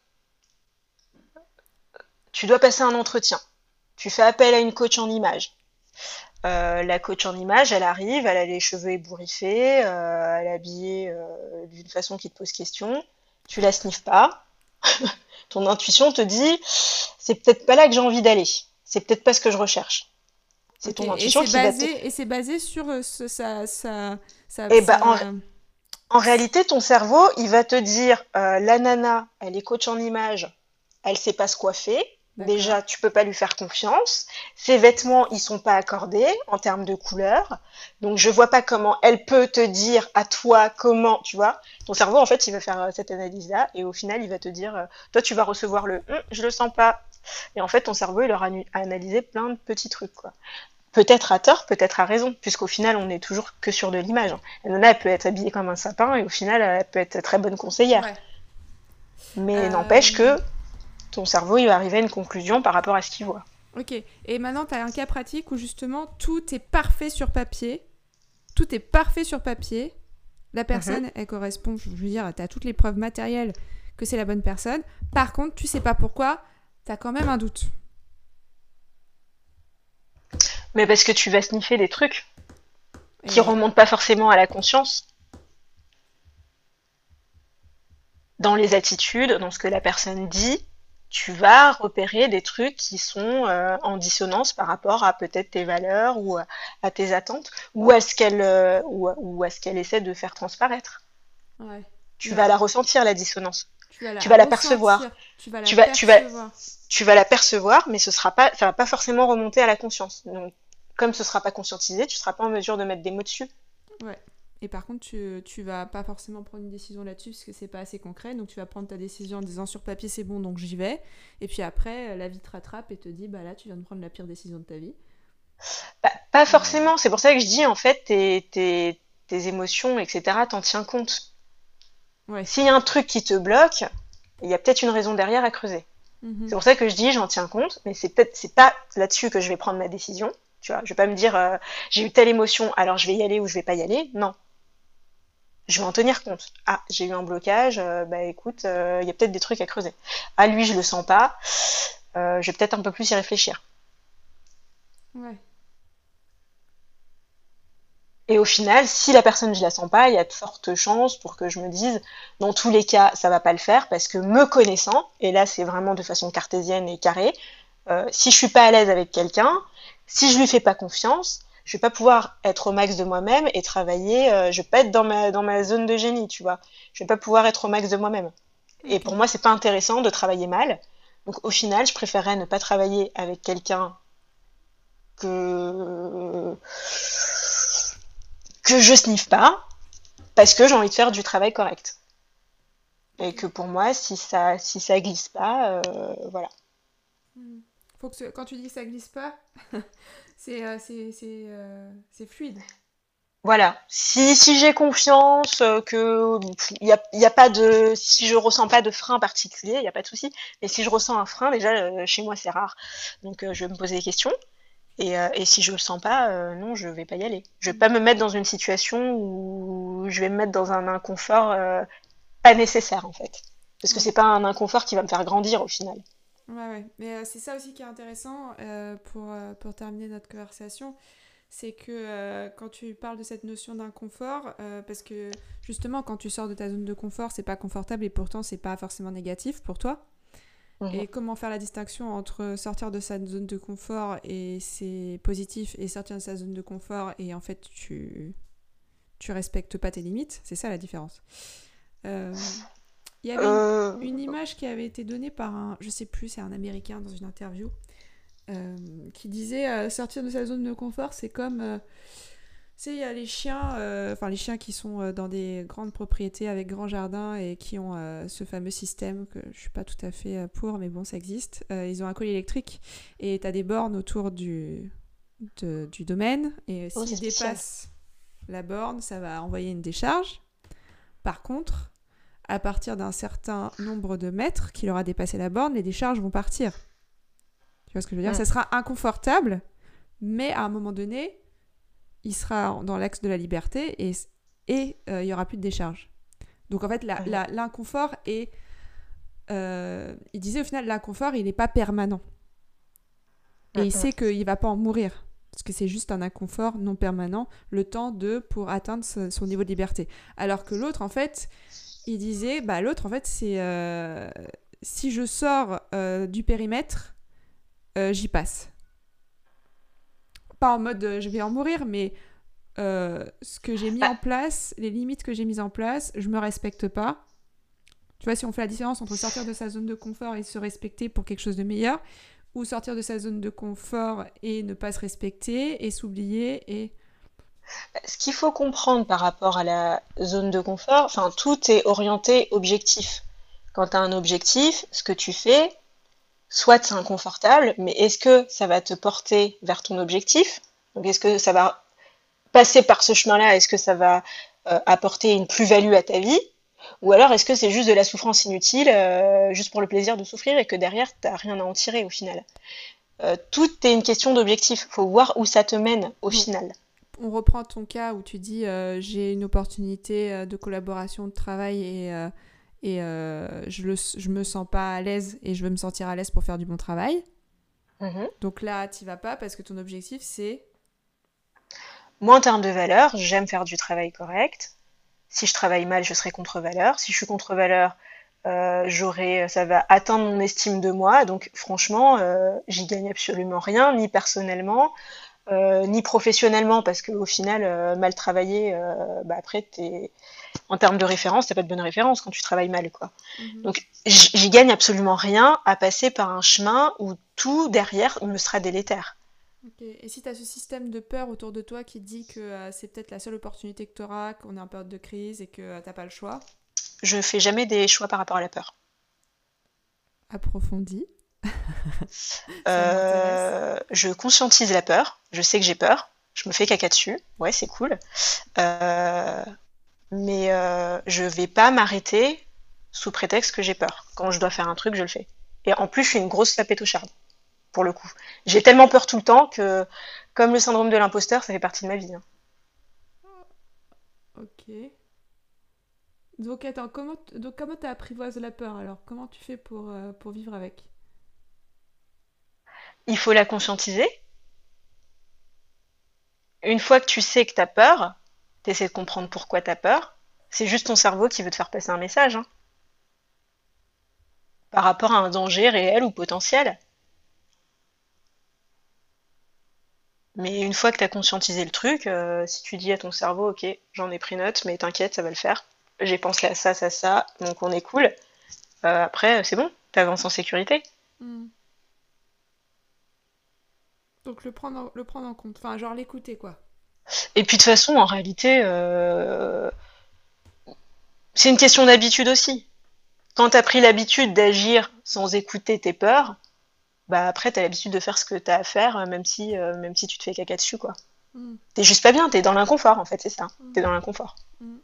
S2: tu dois passer un entretien. Tu fais appel à une coach en image. La coach en image, elle arrive, elle a les cheveux ébouriffés, elle est habillée d'une façon qui te pose question. Tu la sniffes pas. Ton intuition te dit, c'est peut-être pas là que j'ai envie d'aller. C'est peut-être pas ce que je recherche. C'est
S1: Ok.
S2: ton intuition qui va te...
S1: Et c'est basé sur
S2: Et bah,
S1: sa...
S2: en réalité, ton cerveau, il va te dire, la nana, elle est coach en image, elle sait pas se coiffer.
S1: D'accord.
S2: Déjà, tu peux pas lui faire confiance. Ses vêtements, ils sont pas accordés en termes de couleur. Donc, je vois pas comment elle peut te dire à toi comment, tu vois. Ton cerveau, en fait, il va faire cette analyse-là et au final, il va te dire, toi, tu vas recevoir le, je le sens pas. Et en fait, ton cerveau, il aura analysé plein de petits trucs, quoi. Peut-être à tort, peut-être à raison, puisqu'au final, on est toujours que sur de l'image. La nana, elle peut être habillée comme un sapin et au final, elle peut être très bonne conseillère.
S1: Ouais.
S2: Mais n'empêche
S1: Euh,
S2: que ton cerveau, il va arriver à une conclusion par rapport à ce qu'il voit.
S1: ok. Et maintenant, tu as un cas pratique où justement tout est parfait sur papier. Tout est parfait sur papier. La
S2: Mhm.
S1: personne, elle correspond, je veux dire, tu as toutes les preuves matérielles que c'est la bonne personne. Par contre, tu sais pas pourquoi, tu as quand même un doute.
S2: Mais parce que tu vas sniffer des trucs
S1: Et
S2: qui
S1: ouais.
S2: remontent pas forcément à la conscience. dans les attitudes, dans ce que la personne dit, tu vas repérer des trucs qui sont en dissonance par rapport à peut-être tes valeurs ou à tes attentes ou ou à ce qu'elle essaie de faire transparaître.
S1: Ouais.
S2: Tu
S1: Mais
S2: vas la ressentir, la dissonance.
S1: tu vas
S2: Tu
S1: la
S2: vas la percevoir.
S1: ressentir, tu vas la
S2: Tu vas, tu vas,
S1: percevoir.
S2: tu vas la percevoir, mais ça va pas forcément remonter à la conscience. Donc, comme ce sera pas conscientisé, tu seras pas en mesure de mettre des mots dessus.
S1: Ouais. Et par contre, tu vas pas forcément prendre une décision là-dessus parce que c'est pas assez concret. Donc tu vas prendre ta décision en disant sur papier c'est bon, donc j'y vais. Et puis après, la vie te rattrape et te dit bah là tu viens de prendre la pire décision de ta vie.
S2: Pas
S1: Euh,
S2: forcément. C'est pour ça que je dis, en fait, tes émotions, etc., t'en tiens compte.
S1: Ouais.
S2: S'il y a un truc qui te bloque, il y a peut-être une raison derrière à creuser.
S1: Mhm.
S2: C'est pour ça que je dis, j'en tiens compte, mais c'est pas là-dessus que je vais prendre ma décision. Tu vois, je vais pas me dire, j'ai eu telle émotion, alors je vais y aller ou je vais pas y aller. Non, je vais en tenir compte. Ah, j'ai eu un blocage, bah écoute, il y a peut-être des trucs à creuser. Ah, lui, je le sens pas, je vais peut-être un peu plus y réfléchir.
S1: Ouais.
S2: Et au final, si la personne, je la sens pas, il y a de fortes chances pour que je me dise, dans tous les cas, ça va pas le faire, parce que me connaissant, et là c'est vraiment de façon cartésienne et carrée, si je suis pas à l'aise avec quelqu'un, si je lui fais pas confiance, je vais pas pouvoir être au max de moi-même et travailler, je vais pas être dans ma zone de génie, tu vois. Je vais pas pouvoir être au max de moi-même. Et
S1: Ok.
S2: pour moi, c'est pas intéressant de travailler mal. Donc au final, je préférerais ne pas travailler avec quelqu'un que je sniffe pas, parce que j'ai envie de faire du travail correct. Et
S1: Ok.
S2: que pour moi, si ça glisse pas, voilà.
S1: Hmm. Faut que quand tu dis que ça glisse pas, c'est fluide.
S2: Voilà. Si j'ai confiance, que il y a pas de, si je ressens pas de frein particulier, il y a pas de souci. Mais si je ressens un frein, déjà chez moi c'est rare, donc je vais me poser des questions. Et si je le sens pas, non, je vais pas y aller. Je vais
S1: Hmm.
S2: pas me mettre dans une situation où je vais me mettre dans un inconfort pas nécessaire en fait, parce que
S1: Ouais.
S2: c'est pas un inconfort qui va me faire grandir au final.
S1: Ouais, ouais. Mais c'est ça aussi qui est intéressant pour terminer notre conversation. C'est que quand tu parles de cette notion d'inconfort, parce que justement, quand tu sors de ta zone de confort, c'est pas confortable et pourtant, c'est pas forcément négatif pour toi.
S2: Mhm.
S1: Et comment faire la distinction entre sortir de sa zone de confort et c'est positif et sortir de sa zone de confort et en fait, tu respectes pas tes limites, c'est ça la différence. Euh, Il y avait
S2: Euh,
S1: une image qui avait été donnée par un, je sais plus, c'est un Américain dans une interview, qui disait sortir de sa zone de confort, c'est comme, tu sais, il y a les chiens, enfin les chiens qui sont dans des grandes propriétés avec grands jardins et qui ont ce fameux système que je suis pas tout à fait pour, mais bon, ça existe. Ils ont un collier électrique et tu as des bornes autour du domaine et
S2: oh, c'est
S1: s'ils
S2: spécial.
S1: dépassent la borne, ça va envoyer une décharge. Par contre, à partir d'un certain nombre de mètres qu'il aura dépassé la borne, les décharges vont partir. Tu vois ce que je veux dire?
S2: Mm.
S1: Ça sera inconfortable, mais à un moment donné, il sera dans l'axe de la liberté et il y aura plus de décharge. Donc en fait,
S2: Ouais.
S1: l'inconfort est... il disait au final, l'inconfort, il n'est pas permanent. Et
S2: Mm,
S1: il
S2: mm.
S1: sait qu'il ne va pas en mourir. Parce que c'est juste un inconfort non permanent, le temps pour atteindre son niveau de liberté. Alors que l'autre, en fait, il disait, bah l'autre, en fait, c'est... si je sors du périmètre, j'y passe. Pas en mode je vais en mourir, mais ce que j'ai mis
S2: Bah,
S1: en place, les limites que j'ai mises en place, je me respecte pas. Tu vois, si on fait la différence entre sortir de sa zone de confort et se respecter pour quelque chose de meilleur, ou sortir de sa zone de confort et ne pas se respecter et s'oublier et...
S2: ce qu'il faut comprendre par rapport à la zone de confort, enfin, tout est orienté objectif. Quand tu as un objectif, ce que tu fais, soit c'est inconfortable, mais est-ce que ça va te porter vers ton objectif? Donc, est-ce que ça va passer par ce chemin-là? Est-ce que ça va apporter une plus-value à ta vie? Ou alors est-ce que c'est juste de la souffrance inutile, juste pour le plaisir de souffrir et que derrière, t'as rien à en tirer au final? Tout est une question d'objectif. Faut voir où ça te mène au
S1: Bon,
S2: final.
S1: on reprend ton cas où tu dis j'ai une opportunité de collaboration, de travail je me sens pas à l'aise et je veux me sentir à l'aise pour faire du bon travail.
S2: Mhm.
S1: Donc là, tu vas pas parce que ton objectif c'est...
S2: Moi, en termes de valeur, j'aime faire du travail correct. Si je travaille mal, je serai contre-valeur. Si je suis contre-valeur, ça va atteindre mon estime de moi. Donc franchement, j'y gagne absolument rien, ni personnellement, ni professionnellement, parce qu'au final, mal travaillé, après, en termes de référence, t'as pas de bonne référence quand tu travailles mal, quoi. Donc j'y gagne absolument rien à passer par un chemin où tout derrière me sera délétère.
S1: Ok. Et si tu as ce système de peur autour de toi qui dit que c'est peut-être la seule opportunité que tu auras, qu'on est en période de crise et que t'as pas le choix,
S2: Je fais jamais des choix par rapport à la peur.
S1: approfondis. Ça m'intéresse.
S2: Je conscientise la peur. Je sais que j'ai peur. Je me fais caca dessus. Ouais, c'est cool. Euh, mais je vais pas m'arrêter sous prétexte que j'ai peur. Quand je dois faire un truc, je le fais. Et en plus, je suis une grosse tapette au charbon, pour le coup. J'ai tellement peur tout le temps que, comme le syndrome de l'imposteur, ça fait partie de ma vie, hein.
S1: Ok. Donc attends, comment tu apprivoises la peur alors? Comment tu fais pour vivre avec?
S2: Il faut la conscientiser. Une fois que tu sais que t'as peur, t'essaies de comprendre pourquoi t'as peur. C'est juste ton cerveau qui veut te faire passer un message, hein, par rapport à un danger réel ou potentiel. Mais une fois que tu as conscientisé le truc, si tu dis à ton cerveau, ok, j'en ai pris note, mais t'inquiète, ça va le faire. J'ai pensé à ça, ça, ça, donc on est cool. Après, c'est bon, t'avances en sécurité.
S1: Hmm. Donc le prendre en compte, enfin genre l'écouter quoi.
S2: Et puis de toute façon, en réalité, c'est une question d'habitude aussi. Quand t'as pris l'habitude d'agir sans écouter tes peurs, bah après t'as l'habitude de faire ce que t'as à faire, même si tu te fais caca dessus, quoi.
S1: Hmm.
S2: T'es juste pas bien, t'es dans l'inconfort, en fait, c'est ça.
S1: Hmm.
S2: T'es dans l'inconfort.
S1: Hmm.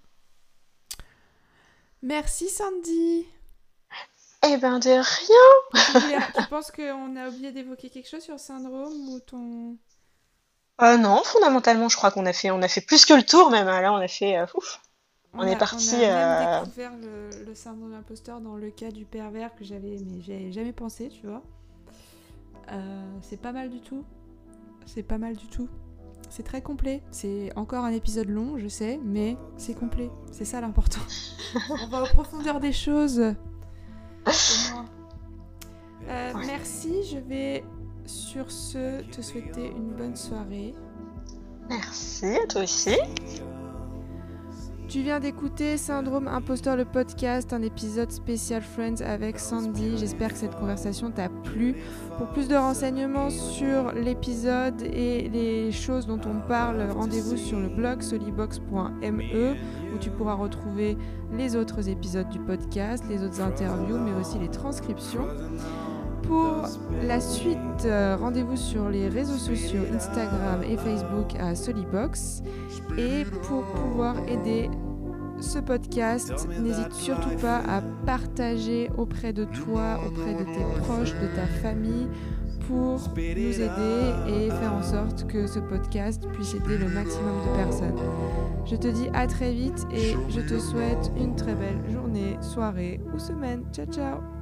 S1: Merci Sandy.
S2: Eh ben de rien.
S1: Tu penses qu'on a oublié d'évoquer quelque chose sur le syndrome ou ton...
S2: Non, fondamentalement, je crois on a fait plus que le tour même, hein. Là, on a fait, ouf, on est
S1: On
S2: parti.
S1: a même découvert le syndrome de l'imposteur dans le cas du pervers que j'avais jamais pensé, tu vois. C'est pas mal du tout. C'est pas mal du tout. C'est très complet. C'est encore un épisode long, je sais, mais c'est complet. C'est ça l'important. On va en profondeur des choses. Pour moi.
S2: Ouais.
S1: Merci. Je vais sur ce te souhaiter une bonne soirée.
S2: Merci, à toi aussi.
S1: Tu viens d'écouter Syndrome Imposteur le podcast, un épisode spécial Friends avec Sandy. J'espère que cette conversation t'a plu. Pour plus de renseignements sur l'épisode et les choses dont on parle, rendez-vous sur le blog solibox.me où tu pourras retrouver les autres épisodes du podcast, les autres interviews, mais aussi les transcriptions. Pour la suite, rendez-vous sur les réseaux sociaux Instagram et Facebook à Solibox. Et pour pouvoir aider ce podcast, n'hésite surtout pas à partager auprès de toi, auprès de tes proches, de ta famille, pour nous aider et faire en sorte que ce podcast puisse aider le maximum de personnes. Je te dis à très vite et je te souhaite une très belle journée, soirée ou semaine. Ciao ciao!